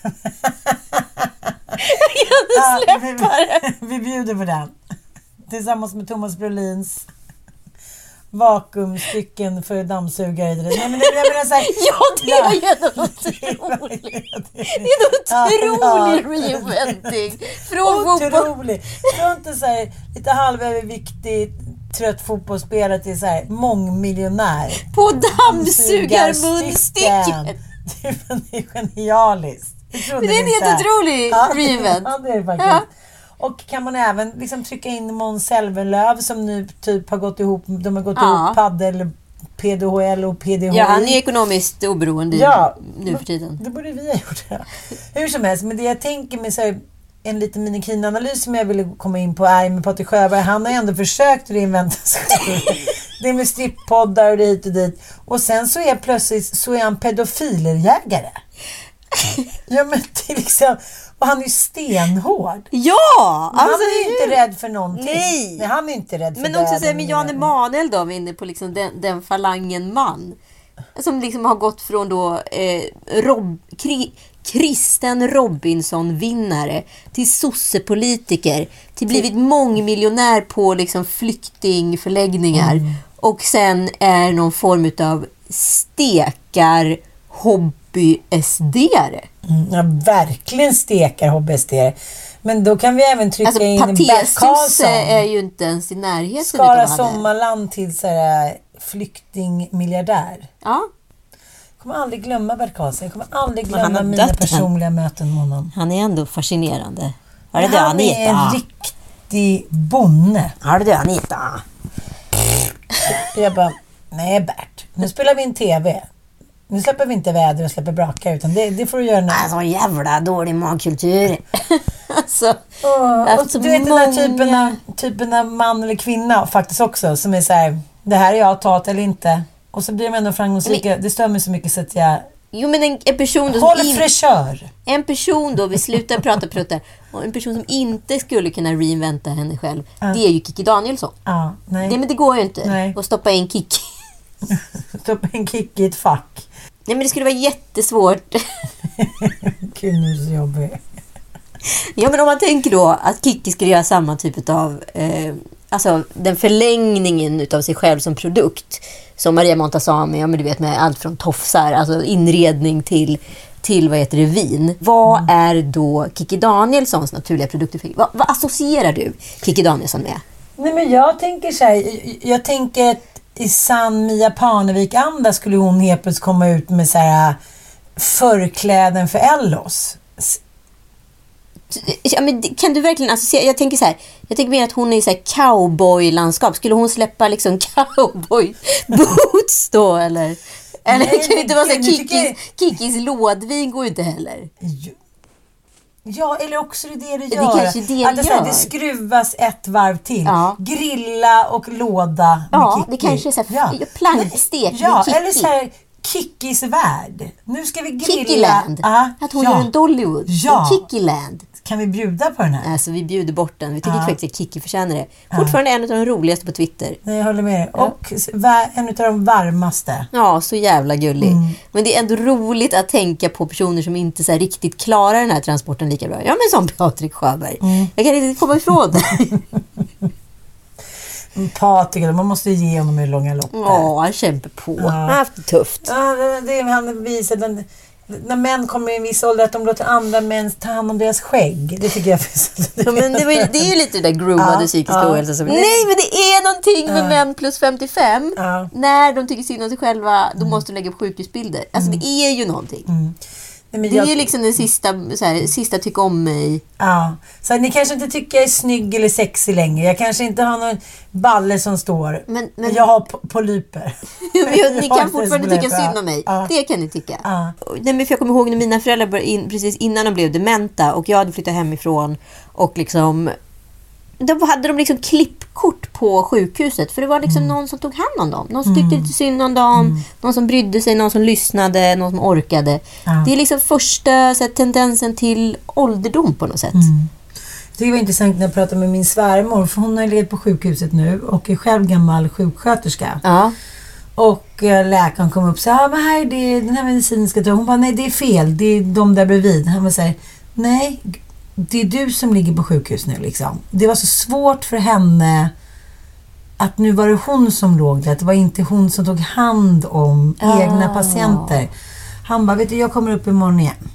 Jag kan inte släppa det. Vi, vi bjuder på den. Tillsammans med Thomas Brolins vakuumstycken för dammsugare. Nej, men det, jag menar så här, ja, det är ju något otroligt. Det är en otrolig ja, reinventing. Från otrolig. Från så här, lite halvöverviktig trött fotbollsspelare till så här mångmiljonär. På dammsugarmunstycken. Det är genialiskt. Det är en helt otrolig ja, reinvent. Ja, det är det faktiskt. Ja. Och kan man även liksom trycka in Måns Zelmerlöw som nu typ har gått ihop, de har gått ja. ihop paddel, P D H L och P D H I. Ja, han är ekonomiskt oberoende ja, nu för tiden. Det borde vi ha gjort. Ja. Hur som helst, men det jag tänker med så här, en liten minikina-analys som jag ville komma in på är med Patrik Sjöberg. Han har ändå försökt reinventa sig. Det är med strippoddar och dit och dit. Och sen så är plötsligt så är han pedofilerjägare. Ja, men till exempel. Och han är ju stenhård. Ja! Men alltså, han är ju inte rädd för någonting. Nej. Nej, han är inte rädd för men döden. också säga med Jan Emanuel då, vi är inne på liksom den, den falangen man. Som liksom har gått från då eh, Rob, kri, Kristen Robinson-vinnare till sossepolitiker till blivit mångmiljonär på liksom flyktingförläggningar. Mm. Och sen är någon form av stekar hobby-S D-are. Mm, ja, verkligen stekar hobby-S D-are. Men då kan vi även trycka alltså, in Bert Karlsson. Är ju inte ens i närheten. Skara Sommarland till så här flyktingmiljardär. Ja. Jag kommer aldrig glömma Bert Karlsson. Jag kommer aldrig glömma mina personliga han. möten med honom. Han är ändå fascinerande. Har det han är en riktig bonne. Har det Anita? Jag bara, nej Bert, nu spelar vi in tv. Nu släpper vi inte väder och släpper braka, utan det, det får du göra nu. Alltså jävla dålig magkultur. alltså, oh, och du vet många... den här typen av, typen av man eller kvinna faktiskt också, som är så här, det här är jag, tat eller inte. Och så blir de ändå framgångsrika. Men... Det stör mig så mycket så att jag... Jo, men en, en person då Håll in... fräschör. En person då, vi slutar prata prata. Och en person som inte skulle kunna reinventa henne själv, uh. det är ju Kikki Danielsson. Uh, nej. Det, men det går ju inte nej. att stoppa in Kikki. Stoppa in Kikki i ett fack. Nej, men det skulle vara jättesvårt. Gud, nu är så jobbigt. Ja, men om man tänker då att Kikki skulle göra samma typ av eh, alltså den förlängningen utav sig själv som produkt som Maria Montazami, ja men du vet med allt från tofsar, alltså inredning till till vad heter det, vin. Vad mm. är då Kikki Danielssons naturliga produkter? Vad, vad associerar du Kikki Danielsson med? Nej, men jag tänker så här, jag, jag tänker att i sann Mia Parnevik-anda skulle hon helt plötsligt komma ut med så här förkläden för Ellos. Ja, men kan du verkligen associera? Jag tänker så här, jag tänker mer att hon är i så här cowboy-landskap. Skulle hon släppa liksom cowboy-boots då, eller? Eller nej, kan det inte vara så här, Kikkis, jag... Kikkis lådvin går ju inte heller. Ja, eller också är det det du det gör. Det kanske det att det, gör. Det skruvas ett varv till. Ja. Grilla och låda ja, med Kikki. Det kanske är så här ja. plankstek ja, med Kikki. Eller så här Kikkis värld. Nu ska vi grilla. Kikkiland. Ah, att hon ja. gör en Dollywood. Ja. Kikkiland. Kan vi bjuda på den här? Alltså vi bjuder bort den. Vi tycker ja. faktiskt att Kikki förtjänar det. Fortfarande ja. en av de roligaste på Twitter. Nej, jag håller med dig. Ja. Och en av de varmaste. Ja, så jävla gullig. Mm. Men det är ändå roligt att tänka på personer som inte så här riktigt klarar den här transporten lika bra. Ja, men som Patrik Sjöberg. Mm. Jag kan inte komma ifrån det. Patrik, man måste ge honom i långa lopp. Ja, han kämpar på. Ja. Han har haft det tufft. Ja, det är han visar den. När män kommer i en viss ålder att de låter andra män ta hand om deras skägg. Det tycker jag ja, men det, var ju, det är ju lite det där groomade ja, psykiska ja. ohälsa som... Nej, men det är någonting med ja. män plus femtiofem. Ja. När de tycker synd om sig själva, då mm. måste de lägga på sjukhusbilder. Alltså mm. det är ju någonting. Mm. Nej, men det jag... är liksom den sista, så här, sista tyck om mig. Ja, så ni kanske inte tycker jag är snygg eller sexig längre. Jag kanske inte har någon balle som står. Men, men... Jag har polyper. Ni kan fortfarande tycka synd om mig. Ja. Det kan ni tycka. Ja. Nej, men för jag kommer ihåg när mina föräldrar började in, precis innan de blev dementa och jag hade flyttat hemifrån och liksom... Då hade de liksom klippkort på sjukhuset. För det var liksom mm. någon som tog hand om dem. Någon som tyckte mm. lite synd om dem. Mm. Någon som brydde sig. Någon som lyssnade. Någon som orkade. Ja. Det är liksom första så här, tendensen till ålderdom på något sätt. Mm. Jag tycker det var intressant när jag pratade med min svärmor. För hon har legat på sjukhuset nu. Och är själv gammal sjuksköterska. Ja. Och äh, läkaren kom upp och sa ah, men här är det, den här medicinen ska ta. Hon bara nej det är fel. Det är de där bredvid. Han bara säger nej det är du som ligger på sjukhus nu liksom. Det var så svårt för henne att nu var det hon som låg där. Det var inte hon som tog hand om ah. egna patienter. Han bara, vet du, jag kommer upp imorgon igen.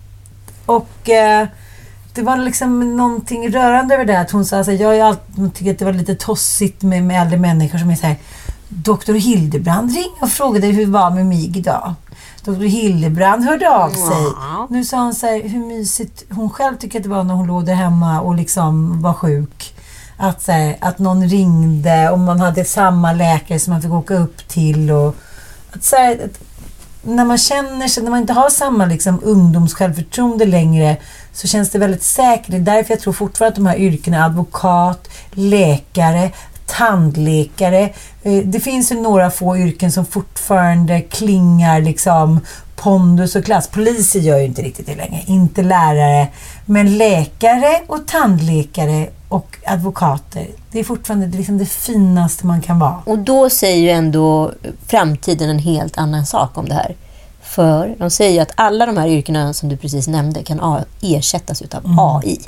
Och eh, det var liksom någonting rörande över det. Att hon sa, alltså, jag har alltid tycker att det var lite tossigt med, med äldre människor som är så här, doktor Hildebrand ring och frågade hur det var med mig idag. doktor Hildebrand hörde av sig. Wow. Nu sa hon så här, hur mysigt hon själv tycker att det var när hon låg där hemma och liksom var sjuk. Att, så här, att någon ringde och man hade samma läkare som man fick åka upp till. Och att, så här, att när man känner sig, när man inte har samma liksom, ungdomssjälvförtroende längre så känns det väldigt säkert. Det är därför jag tror fortfarande att de här yrkena, advokat, läkare, tandläkare. Det finns ju några få yrken som fortfarande klingar liksom pondus och klass. Poliser gör ju inte riktigt det längre, inte lärare. Men läkare och tandläkare och advokater, det är fortfarande liksom det finaste man kan vara. Och då säger ju ändå framtiden en helt annan sak om det här. För de säger ju att alla de här yrkena som du precis nämnde kan ersättas utav mm. A I.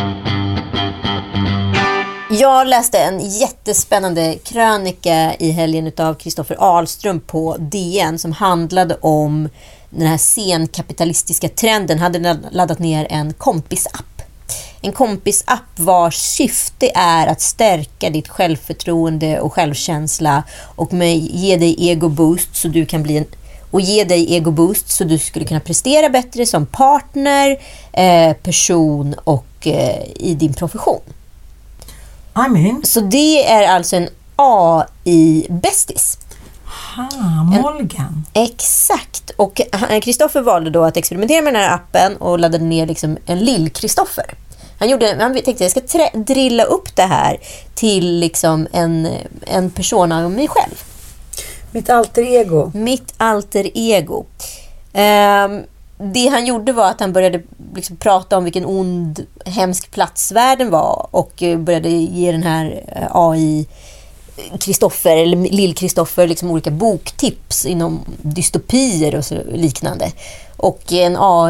Jag läste en jättespännande krönika i helgen utav Kristoffer Ahlström på D N som handlade om den här senkapitalistiska trenden. Hade laddat ner en kompisapp. En kompisapp vars syfte är att stärka ditt självförtroende och självkänsla och med, ge dig ego-boost så du kan bli en och ge dig ego-boost så du skulle kunna prestera bättre som partner, eh, person och eh, i din profession. I mean. Så det är alltså en A I-bästis. Ha, Molgan. En, exakt. Och Kristoffer valde då att experimentera med den här appen och laddade ner liksom en lill-Kristoffer. Han, gjorde, han tänkte att jag ska trä, drilla upp det här till liksom en, en persona av mig själv. Mitt alter ego. Mitt alter ego. Um, det han gjorde var att han började liksom prata om vilken ond, hemsk plats världen var och började ge den här A I Kristoffer eller lill-Kristoffer liksom olika boktips inom dystopier och så liknande. Och en A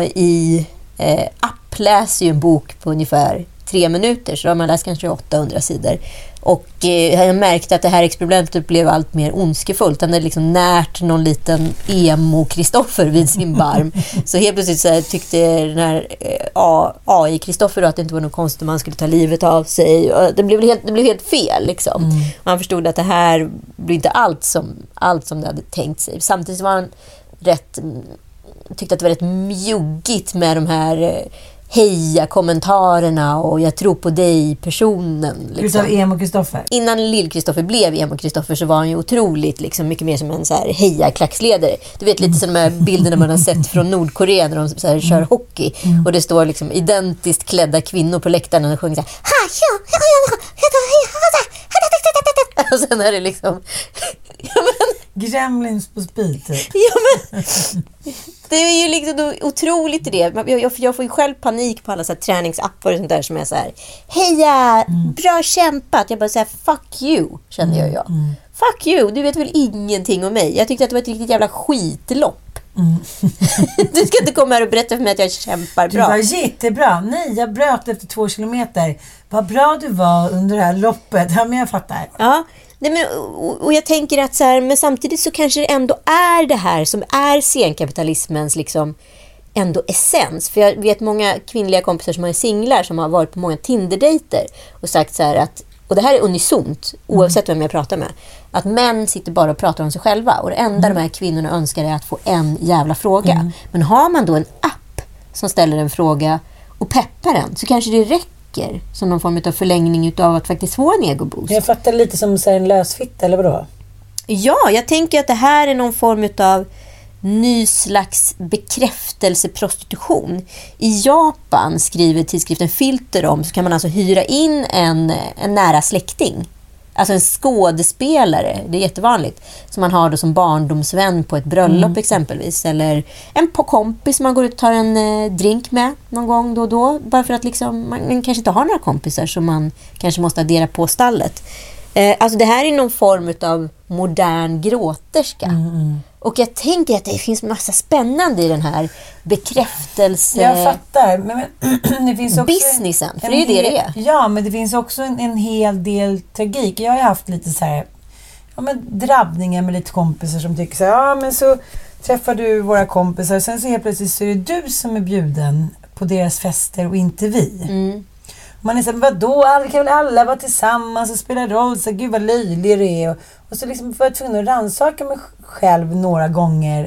I-app läser ju en bok på ungefär tre minuter, så har man läst kanske åttahundra sidor. Och eh, jag märkte att det här experimentet blev allt mer ondskefullt. Han hade liksom närt någon liten emo-Kristoffer vid sin barm. Så helt plötsligt så här, tyckte den här eh, A I-Kristoffer att det inte var något konstigt om man skulle ta livet av sig. Och det blev helt, det blev helt fel liksom. Mm. Man förstod att det här blir inte allt som, allt som det hade tänkt sig. Samtidigt var han rätt, tyckte att det var rätt mjuggigt med de här eh, heja-kommentarerna och jag tror på dig personen. Liksom. Utav emo-Kristoffer? Innan lill-Kristoffer blev emo-Kristoffer så var han ju otroligt liksom, mycket mer som en så här heja-klacksledare. Du vet lite som de här bilderna man har sett från Nordkorea när de så här, kör hockey mm. och det står liksom identiskt klädda kvinnor på läktaren och sjunger så här och sen är det liksom ja, men, Gremlins på speed typ. Ja men det är ju liksom otroligt i det. Jag, jag, jag får ju själv panik på alla så här träningsappar och sånt där som är så här heja, mm. bra kämpat. Jag bara säger fuck you, känner jag jag. Mm. Fuck you, du vet väl ingenting om mig. Jag tyckte att det var ett riktigt jävla skitlopp. Mm. Du ska inte komma här och berätta för mig att jag kämpar bra. Du var jättebra. Nej, jag bröt efter två kilometer. Vad bra du var under det här loppet. Ja, men jag fattar. Ja. Nej, men, och, och jag tänker att så här, men samtidigt så kanske det ändå är det här som är senkapitalismens liksom ändå essens. För jag vet många kvinnliga kompisar som är singlar som har varit på många Tinder-dejter och sagt så här att, och det här är unisont oavsett vem jag pratar med, att män sitter bara och pratar om sig själva och det enda mm. de här kvinnorna önskar är att få en jävla fråga. Mm. Men har man då en app som ställer en fråga och peppar den så kanske det räcker som någon form av förlängning utav att faktiskt få en ego-boost. Jag fattar lite som så här, en lösfitta eller vadå? Ja, jag tänker att det här är någon form av ny slags bekräftelseprostitution. I Japan, skriver tidskriften Filter om, så kan man alltså hyra in en, en nära släkting. Alltså en skådespelare, det är jättevanligt. Som man har då som barndomsvän på ett bröllop mm. exempelvis. Eller en på kompis man går ut och tar en eh, drink med någon gång då och då. Bara för att liksom, man kanske inte har några kompisar som man kanske måste addera på stallet. Eh, alltså det här är någon form av modern gråterska. Mm. Och jag tänker att det finns massa spännande i den här bekräftelse... Jag fattar. Men, men det finns också businessen, för det är ju det det är. Ja, men det finns också en, en hel del tragik. Jag har haft lite så här... Ja, men drabbningar med lite kompisar som tycker så här... Ja, men så träffar du våra kompisar. Sen så helt plötsligt så är det du som är bjuden på deras fester och inte vi. Mm. Man är så här, vadå? Alla kan väl alla vara tillsammans och spela roll. Så gud vad löjlig det är. Och, och så liksom får jag tvungen att rannsaka mig själv några gånger.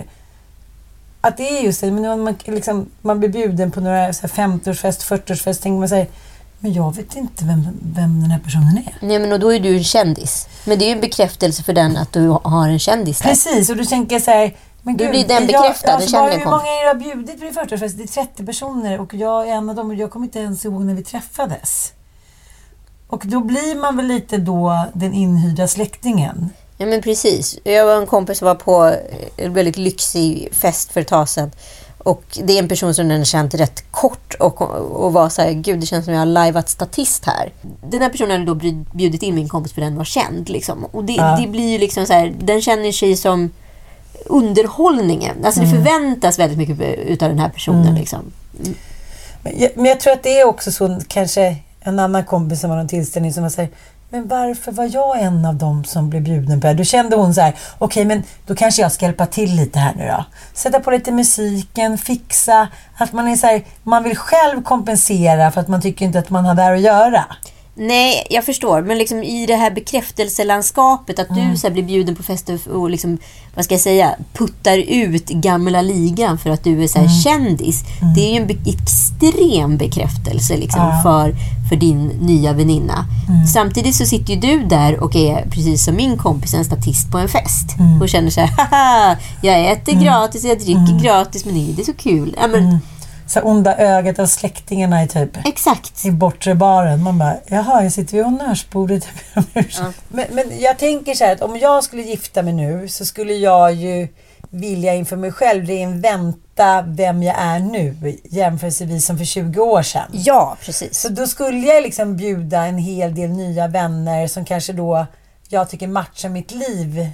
Att det är just det. Men när man, liksom, man blir bjuden på några så här, femtioårsfest, fyrtioårsfest. Tänker man sig, men jag vet inte vem, vem den här personen är. Nej, men och då är du en kändis. Men det är ju en bekräftelse för den att du har en kändis där. Precis, och då tänker jag så här... Men du gud, blir den bekräftad. Jag, alltså, bara, hur många är det har bjudit på din fyrtioårsfest? Det är trettio personer och jag är en av dem och jag kommer inte ens ihåg när vi träffades. Och då blir man väl lite då den inhyrda släktingen. Ja, men precis. Jag var en kompis som var på en väldigt lyxig fest för ett tag sedan. Och det är en person som den har känt rätt kort och, och var så här, gud, det känns som jag har liveat statist här. Den här personen hade då bjudit in min kompis för den var känd liksom. Och det, ja. det blir ju liksom så här, den känner sig som underhållningen. Alltså mm. det förväntas väldigt mycket utav den här personen mm. liksom. Mm. Men, jag, men jag tror att det är också så, kanske en annan kompis som har någon tillställning som var så här, men varför var jag en av dem som blev bjuden på det? Då kände hon så här, okej, okay, men då kanske jag ska hjälpa till lite här nu då. Sätta på lite musiken, fixa, att man är så här, man vill själv kompensera för att man tycker inte att man har där att göra. Nej, jag förstår. Men liksom i det här bekräftelselandskapet att mm. du så här blir bjuden på fester och liksom, vad ska jag säga, puttar ut gamla ligan för att du är så här mm. kändis. Mm. Det är ju en be- extrem bekräftelse liksom ja. för, för din nya väninna. Mm. Samtidigt så sitter ju du där och är precis som min kompis en statist på en fest. Mm. Och känner så här, haha, jag äter mm. gratis, jag dricker mm. gratis, men det är så kul. Ja, men, mm. så onda ögat av släktingarna i typ. Exakt. I bortre baren. Man bara, jaha, jag sitter vid honnörsbordet. Ja. men, men jag tänker så här att om jag skulle gifta mig nu så skulle jag ju vilja inför mig själv reinventa vem jag är nu jämförelsevis som för tjugo år sedan. Ja, precis. Så då skulle jag liksom bjuda en hel del nya vänner som kanske då jag tycker matchar mitt liv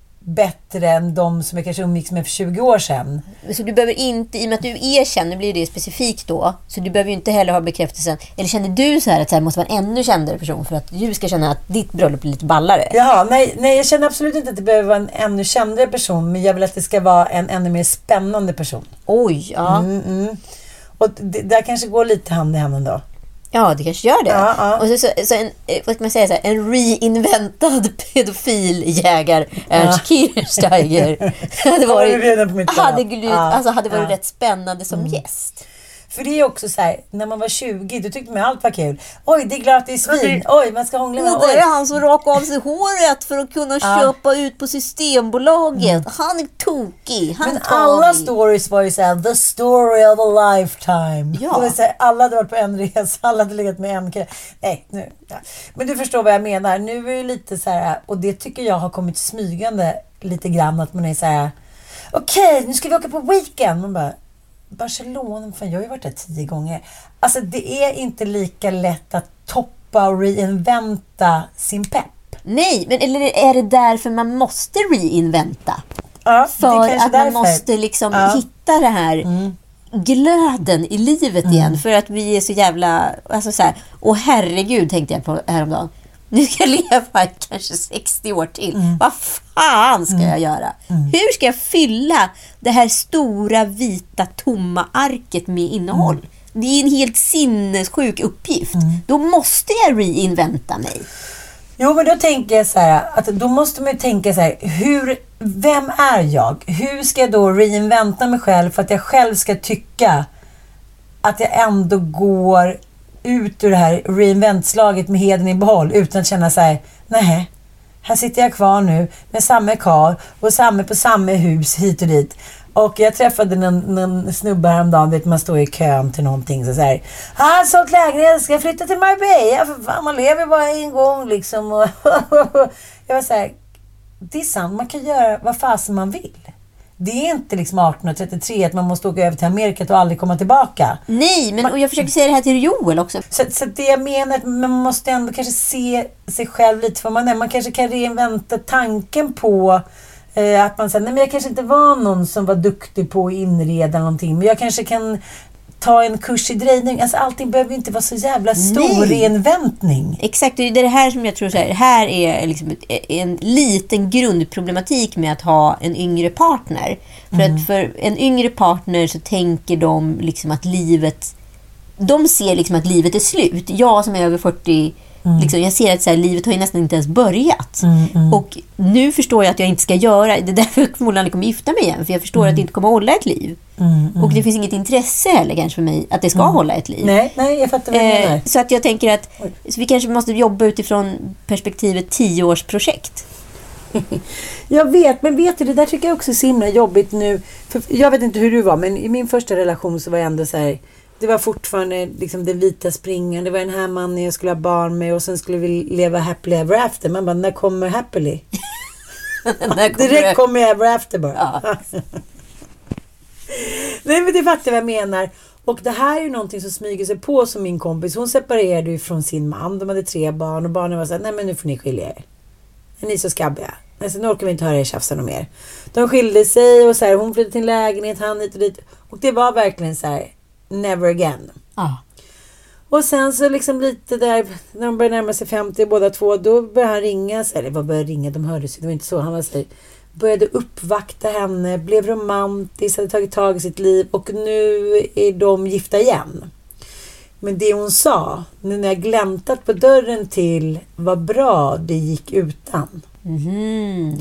bättre än de som jag kanske umgicks med för tjugo år sedan. Så du behöver inte, i och med att du erkänner, blir det specifikt då, så du behöver ju inte heller ha bekräftelsen. Eller känner du så här att det här måste vara en ännu kändare person för att du ska känna att ditt bröllop är lite ballare? Jaha, nej, nej, jag känner absolut inte att det behöver vara en ännu kändare person, men jag vill att det ska vara en ännu mer spännande person. Oj, ja. Mm, mm. Och det där kanske går lite hand i hand ändå. Ja, det kanske gör det. Ja, ja. Och så, så, så en, vad ska man säga, så här, en reinventad pedofiljägare, Ernst ja. Kirchsteiger. hade varit, hade, glud, ja, alltså, hade varit ja. rätt spännande som mm. gäst. För det är också så här, när man var tjugo, då tyckte man allt var kul. Oj, det är klart det är svin. Oj, man ska hångla med. Och det är han som rakar av sig håret för att kunna ja. köpa ut på Systembolaget. Mm. Han är tokig. Han Men alla stories var ju så här, the story of a lifetime. Ja. Det var så här, alla hade varit på en resa, alla hade legat med en kille. Nej, nu. Ja. Men du förstår vad jag menar. Nu är det lite så här, och det tycker jag har kommit smygande lite grann, att man är så här, okej, okay, nu ska vi åka på weekend. Man bara, Barcelona, fan, jag har ju varit där tio gånger. Alltså det är inte lika lätt att toppa och reinventa sin pepp. Nej, men eller är det därför man måste reinventa? Ja, för det att därför. Man måste liksom ja. hitta det här mm. glöden i livet mm. igen. För att vi är så jävla, alltså så här, och herregud tänkte jag på häromdagen. Nu ska jag leva kanske sextio år till. Mm. Vad fan ska mm. jag göra? Mm. Hur ska jag fylla det här stora vita tomma arket med innehåll? Mm. Det är en helt sinnessjuk uppgift. Mm. Då måste jag reinventa mig. Jo, men då tänker jag så här, att då måste man ju tänka så här, hur, vem är jag? Hur ska jag då reinventa mig själv för att jag själv ska tycka att jag ändå går ut ur det här reinventslaget med heden i behåll utan att känna så här, nej, här sitter jag kvar nu med samma kar och samma på samma hus hit och dit. Och jag träffade någon, någon snubbe häromdagen, vet man står i kön till någonting så säger, han sålt lägenhet, ska jag flytta till Marbella? För fan, man lever bara en gång liksom. Och jag var så här, det är sant, man kan göra vad fasen man vill. Det är inte liksom arton trettiotre att man måste åka över till Amerika och aldrig komma tillbaka. Nej, men och jag försöker säga det här till Joel också. Så, så det jag menar att man måste ändå kanske se sig själv lite för man är. Man kanske kan reinventa tanken på eh, att man säger, nej men jag kanske inte var någon som var duktig på att inreda någonting. Men jag kanske kan ta en kurs i drejning. Alltså allting behöver inte vara så jävla stor reinväntning. Exakt, det är det här som jag tror så här, här är liksom en liten grundproblematik med att ha en yngre partner. För mm. att för en yngre partner så tänker de liksom att livet, de ser liksom att livet är slut. Jag som är över fyrtio, mm. liksom, jag ser att så här, livet har ju nästan inte ens börjat. Mm, mm. Och nu förstår jag att jag inte ska göra, det är därför jag förmodligen kommer gifta mig igen. För jag förstår mm. att det inte kommer att hålla ett liv. Mm, mm. Och det finns inget intresse heller kanske för mig att det ska mm. hålla ett liv. Nej, nej, jag fattar vad du menar. Så att jag tänker att så vi kanske måste jobba utifrån perspektivet tioårsprojekt. Jag vet, men vet du, det där tycker jag också är så himla jobbigt nu. För jag vet inte hur du var, men i min första relation så var jag ändå så här, det var fortfarande liksom den vita springan. Det var den här mannen jag skulle ha barn med. Och sen skulle vi leva happily ever after. Man bara, när kommer happily? När kommer Direkt det? kommer ever after bara. Ja. Nej, men det fattar vad jag menar. Och det här är ju någonting som smyger sig på som min kompis. Hon separerade ju från sin man. De hade tre barn och barnen var så här, nej men nu får ni skilja er. Är ni så skabbiga? Alltså, nu orkar vi inte höra er tjafsa något mer. De skilde sig och så här, hon flyttade till en lägenhet, han hit och dit. Och det var verkligen så här, never again. Ja. Och sen så liksom lite där, när de började närma sig femtio båda två, då började han ringa. Eller vad började ringa? De hördes ju, det var inte så. Han var så här, började uppvakta henne, blev romantisk, hade tagit tag i sitt liv och nu är de gifta igen. Men det hon sa, nu när jag gläntat på dörren till vad bra det gick utan. Mm.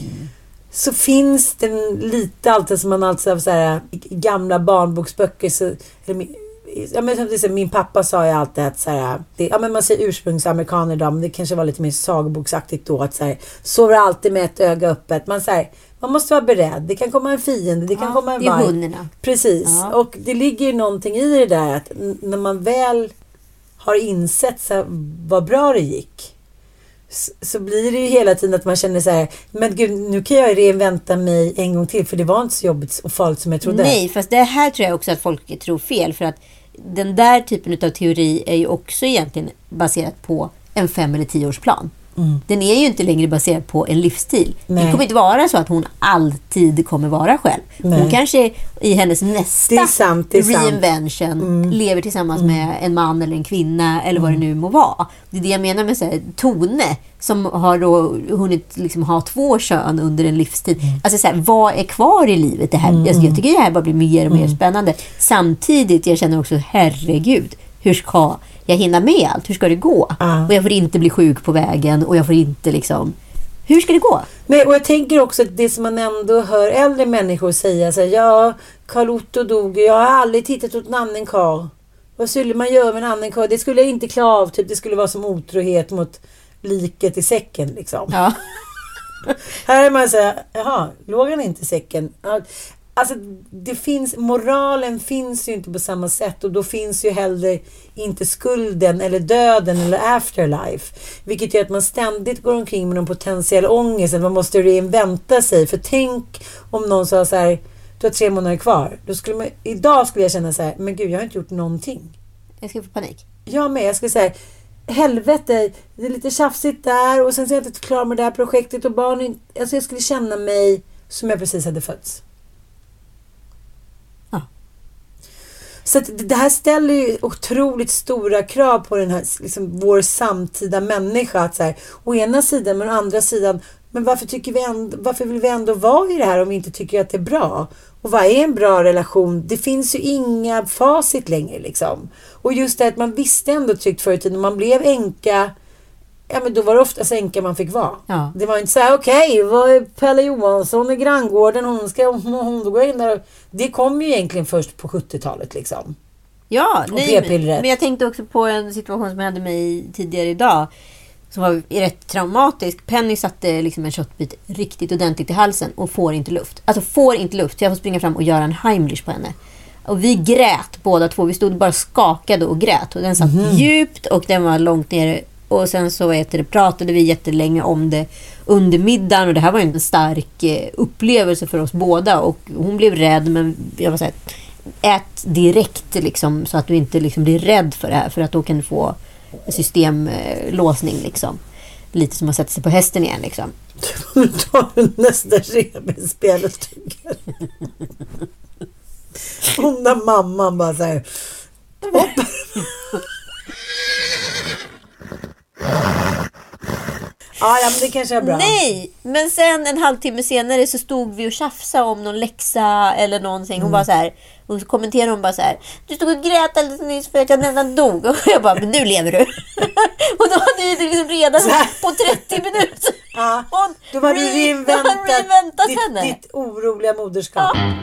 Så finns det lite alltid som man alltid har så här, gamla barnboksböcker så, eller, ja, men, så, min pappa sa ju alltid att så här, det, ja, men man säger ursprungsamerikaner idag, men det kanske var lite mer sagboksaktigt då att så här, sover alltid med ett öga öppet. Man, så här, man måste vara beredd. Det kan komma en fiende, det kan Ja, komma en det är varg. hundarna. Precis. Ja. Och det ligger ju någonting i det där att n- när man väl har insett så här, vad bra det gick, så, så blir det ju hela tiden att man känner så här, men gud, nu kan jag reinventa mig en gång till, för det var inte så jobbigt och farligt som jag trodde. Nej, fast det här tror jag också att folk tror fel. För att den där typen av teori är ju också egentligen baserat på en fem- eller tioårsplan. Mm. Den är ju inte längre baserad på en livsstil. Nej. Det kommer inte vara så att hon alltid kommer vara själv. Nej. Hon kanske i hennes nästa Det är sant, det är sant. reinvention Mm. lever tillsammans Mm. med en man eller en kvinna eller vad Mm. det nu må vara. Det är det jag menar med så här, Tone som har då hunnit liksom ha två kön under en livstid. Mm. Alltså så här, vad är kvar i livet? Det här, Mm. alltså, jag tycker det här bara blir mer och mer Mm. spännande. Samtidigt jag känner också, herregud, hur ska jag hinna med allt? Hur ska det gå? Ah. Och jag får inte bli sjuk på vägen och jag får inte liksom... Hur ska det gå? Nej, och jag tänker också att det som man ändå hör äldre människor säga så här, ja, Carl Otto dog, jag har aldrig tittat åt en annan karl. Vad skulle man göra med en annan karl? Det skulle jag inte klara av, typ, det skulle vara som otrohet mot liket i säcken liksom. Ja. Här är man så här, jaha, låg han inte i säcken? Ja, alltså det finns, moralen finns ju inte på samma sätt och då finns ju heller inte skulden eller döden eller afterlife, vilket gör att man ständigt går omkring med någon potentiell ångest att man måste reinventa sig. För tänk om någon sa så här, du har tre månader kvar, då skulle man, idag skulle jag känna så här, men gud, jag har inte gjort någonting. Jag ska få panik. Jag med, jag skulle säga, helvete, det är lite tjafsigt där och sen så är jag inte klar med det här projektet och barnen, alltså jag skulle känna mig som jag precis hade fötts. Så att det här ställer ju otroligt stora krav på den här, liksom, vår samtida människa. Att så här, å ena sidan, men å andra sidan, men varför, tycker vi ändå, varför vill vi ändå vara i det här om vi inte tycker att det är bra? Och vad är en bra relation? Det finns ju inga facit längre. Liksom. Och just det att man visste ändå tryggt förr i tiden, man blev änka, ja, men då var det oftast änka man fick vara. Ja. Det var inte så här, okej, okay, vad är Pelle Johansson i granngården? Hon ska hon gå in där. Det kom ju egentligen först på sjuttiotalet liksom. Ja, Och nej, p-pillret. men jag tänkte också på en situation som jag hade med i tidigare idag som var rätt traumatisk. Penny satte liksom en köttbit riktigt ordentligt i halsen och får inte luft. Alltså får inte luft. Så jag får springa fram och göra en Heimlich på henne. Och vi grät båda två. Vi stod bara skakade och grät. Och den satt Mhm. djupt och den var långt nere. Och sen så vet det, pratade vi jättelänge om det under middagen. Och det här var en stark eh, upplevelse för oss båda. Och hon blev rädd, men jag var så här, ät direkt liksom, så att du inte liksom blir rädd för det här. För att då kan du få systemlåsning liksom. Lite som att sätta sig på hästen igen liksom. Nu tar du nästa revspel och tycker. Hon där mamman bara så här. Ja, ja, men det kanske är bra. Nej, men sen en halvtimme senare så stod vi och tjafsade om någon läxa eller någonting. Hon Mm. bara så här, och så kommenterade hon bara så här: du stod och grät alldeles nyss för att jag nästan dog. Och jag bara, men nu lever du. Och då hade vi liksom redan på trettio minuter. Ja, Hon då var du re- reinventat, hon reinventat ditt, henne. ditt oroliga moderskap. Ja.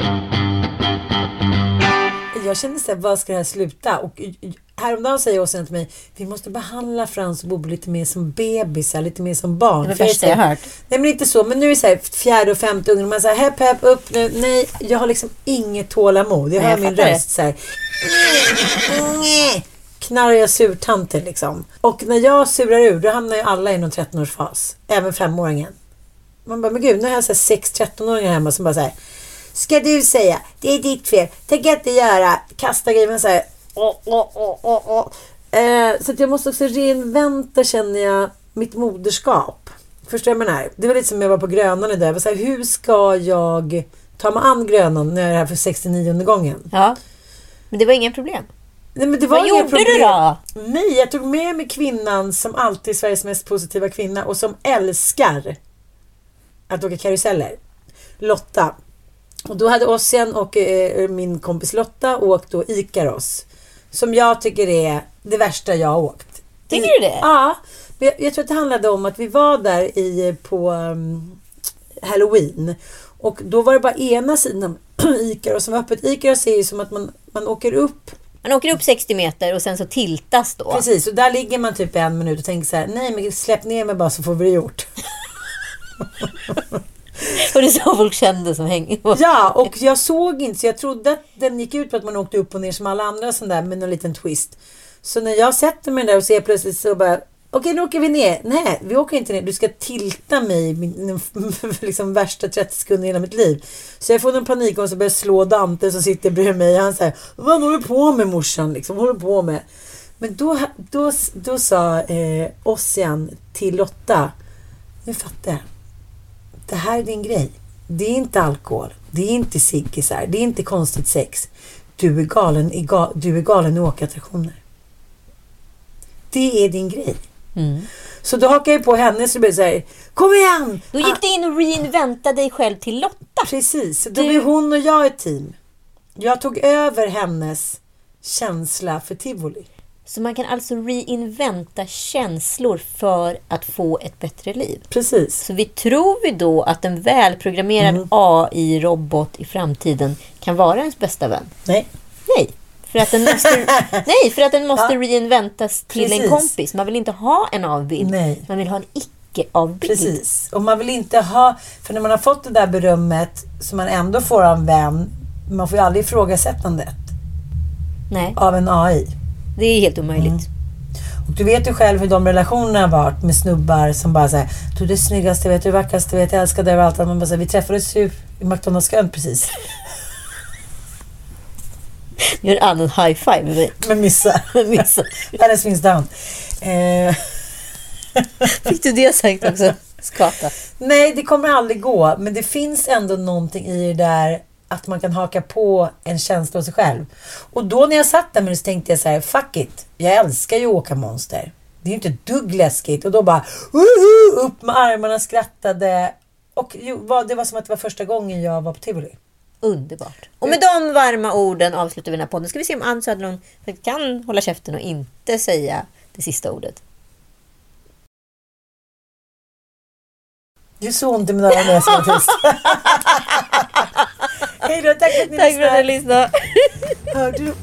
Jag kände så här, vad ska det här sluta? Och häromdagen säger Åsen till mig, vi måste behandla Frans och Bobo lite mer som bebisar, lite mer som barn. Det var För första är så här, jag hört. Nej, men inte så. Men nu är det så här, fjärde och femte ungen. Man säger, hepp, hepp, upp nu. Nej, jag har liksom inget tålamod. Jag Nej, hör jag min fattar det. röst så här. knarriga surtanter liksom. Och när jag surar ur, då hamnar ju alla i någon tretton-årsfas. Även femåringen. Man bara, men gud, nu har jag så här sex tretton-åringar hemma som bara säger: ska du säga, det är ditt fel, tänk inte göra, kasta grejen så här. Åh, åh, åh, åh, åh. Eh, så att jag måste också reinventa, känner jag, mitt moderskap. Förstår jag, men här. Det var lite som jag var på Grönan idag. Jag var så här, hur ska jag ta mig an Grönan när jag är här för sextionionde gången? Ja, men det var inga problem. Nej, men det var Vad inga gjorde problem. du då? Nej, jag tog med mig kvinnan som alltid är Sveriges mest positiva kvinna och som älskar att åka karuseller. Lotta. Och då hade Ossian och eh, min kompis Lotta åkt då Ikaros. Som jag tycker är det värsta jag har åkt. Tycker I, du det? Ja. Men jag, jag tror att det handlade om att vi var där i, på um, Halloween. Och då var det bara ena sidan Ikaros som var öppet. Ikaros är ju som att man, man åker upp. Man åker upp sextio meter och sen så tiltas då. Precis, och där ligger man typ en minut och tänker så här: nej men släpp ner mig bara så får vi det gjort. Och det är så folk kände som hänger. Ja, och jag såg inte, så jag trodde att den gick ut på att man åkte upp och ner som alla andra sån där med en liten twist. Så när jag sätter mig där och ser plötsligt så bara, okej, okay, nu åker vi ner. Nej, vi åker inte ner. Du ska tilta mig min liksom värsta trettio sekunder i hela mitt liv. Så jag får en panik och så börjar slå Dante som sitter bredvid mig. Han säger, vad håller du på med, morsan? Liksom, vad håller du på med? Men då, då, då sa eh, Ossian till Lotta, nu fattar jag. Det här är din grej. Det är inte alkohol. Det är inte ciggisar. Det är inte konstigt sex. Du är galen i, ga, du är galen i åkattraktioner. Det är din grej. Mm. Så då hakar jag på henne så blir det så här, kom igen! Då gick ah. du in och reinventade dig själv till Lotta. Precis. Då du... blev hon och jag ett team. Jag tog över hennes känsla för tivoli. Så man kan alltså reinventa känslor för att få ett bättre liv. Precis. Så vi tror vi då att en välprogrammerad mm. A I-robot i framtiden kan vara ens bästa vän? Nej. Nej. För att den måste, nej, för att den måste ja. reinventas till Precis. en kompis. Man vill inte ha en avbild. Nej. Man vill ha en icke-avbild. Precis. Och man vill inte ha... För när man har fått det där berömmet som man ändå får av en vän, man får ju aldrig ifrågasättandet nej. av en A I. Det är helt omöjligt. Mm. Och du vet ju själv hur de relationerna har varit med snubbar som bara säger, du är det snyggaste, vet du, det vackraste, vet jag älskar dig och allt. Man bara säger, vi träffades ju i McDonald's-kön precis. Gör en annan high five med mig. Med Missa. Med Missa. Hennes finns down. Eh. Fick du det sagt också? Skata. Nej, det kommer aldrig gå. Men det finns ändå någonting i det där att man kan haka på en känsla hos sig själv. Och då när jag satt där så tänkte jag så här, fuck it. Jag älskar ju att åka monster. Det är ju inte dugg läskigt. Och då bara uh, upp med armarna, skrattade. Och jo, det var som att det var första gången jag var på tivoli. Underbart. Och med de varma orden avslutar vi den här podden. Ska vi se om Ann Söderlund kan hålla käften och inte säga det sista ordet. Det är så ont i mina öron när jag ska vara tyst. Hej då, tack för att ni tack för att ni lyssnade. Hörde du?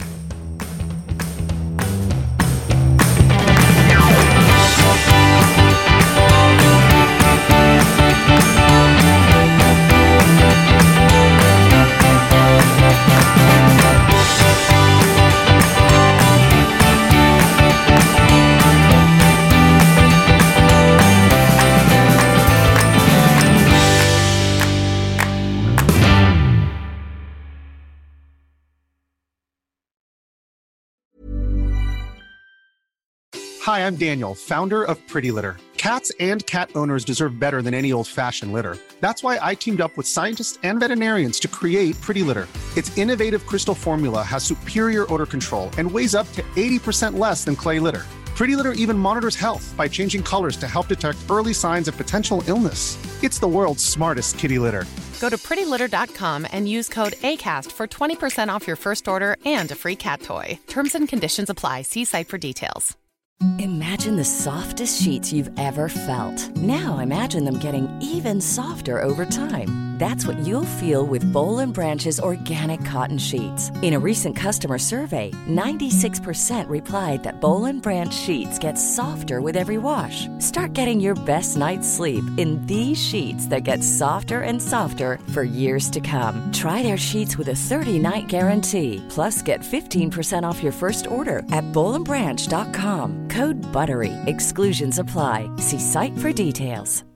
Hi, I'm Daniel, founder of Pretty Litter. Cats and cat owners deserve better than any old-fashioned litter. That's why I teamed up with scientists and veterinarians to create Pretty Litter. Its innovative crystal formula has superior odor control and weighs up to eighty percent less than clay litter. Pretty Litter even monitors health by changing colors to help detect early signs of potential illness. It's the world's smartest kitty litter. Go to pretty litter dot com and use code ACAST for twenty percent off your first order and a free cat toy. Terms and conditions apply. See site for details. Imagine the softest sheets you've ever felt. Now imagine them getting even softer over time. That's what you'll feel with Bowl and Branch's organic cotton sheets. In a recent customer survey, ninety-six percent replied that Bowl and Branch sheets get softer with every wash. Start getting your best night's sleep in these sheets that get softer and softer for years to come. Try their sheets with a thirty-night guarantee. Plus, get fifteen percent off your first order at bowl and branch dot com. Code BUTTERY. Exclusions apply. See site for details.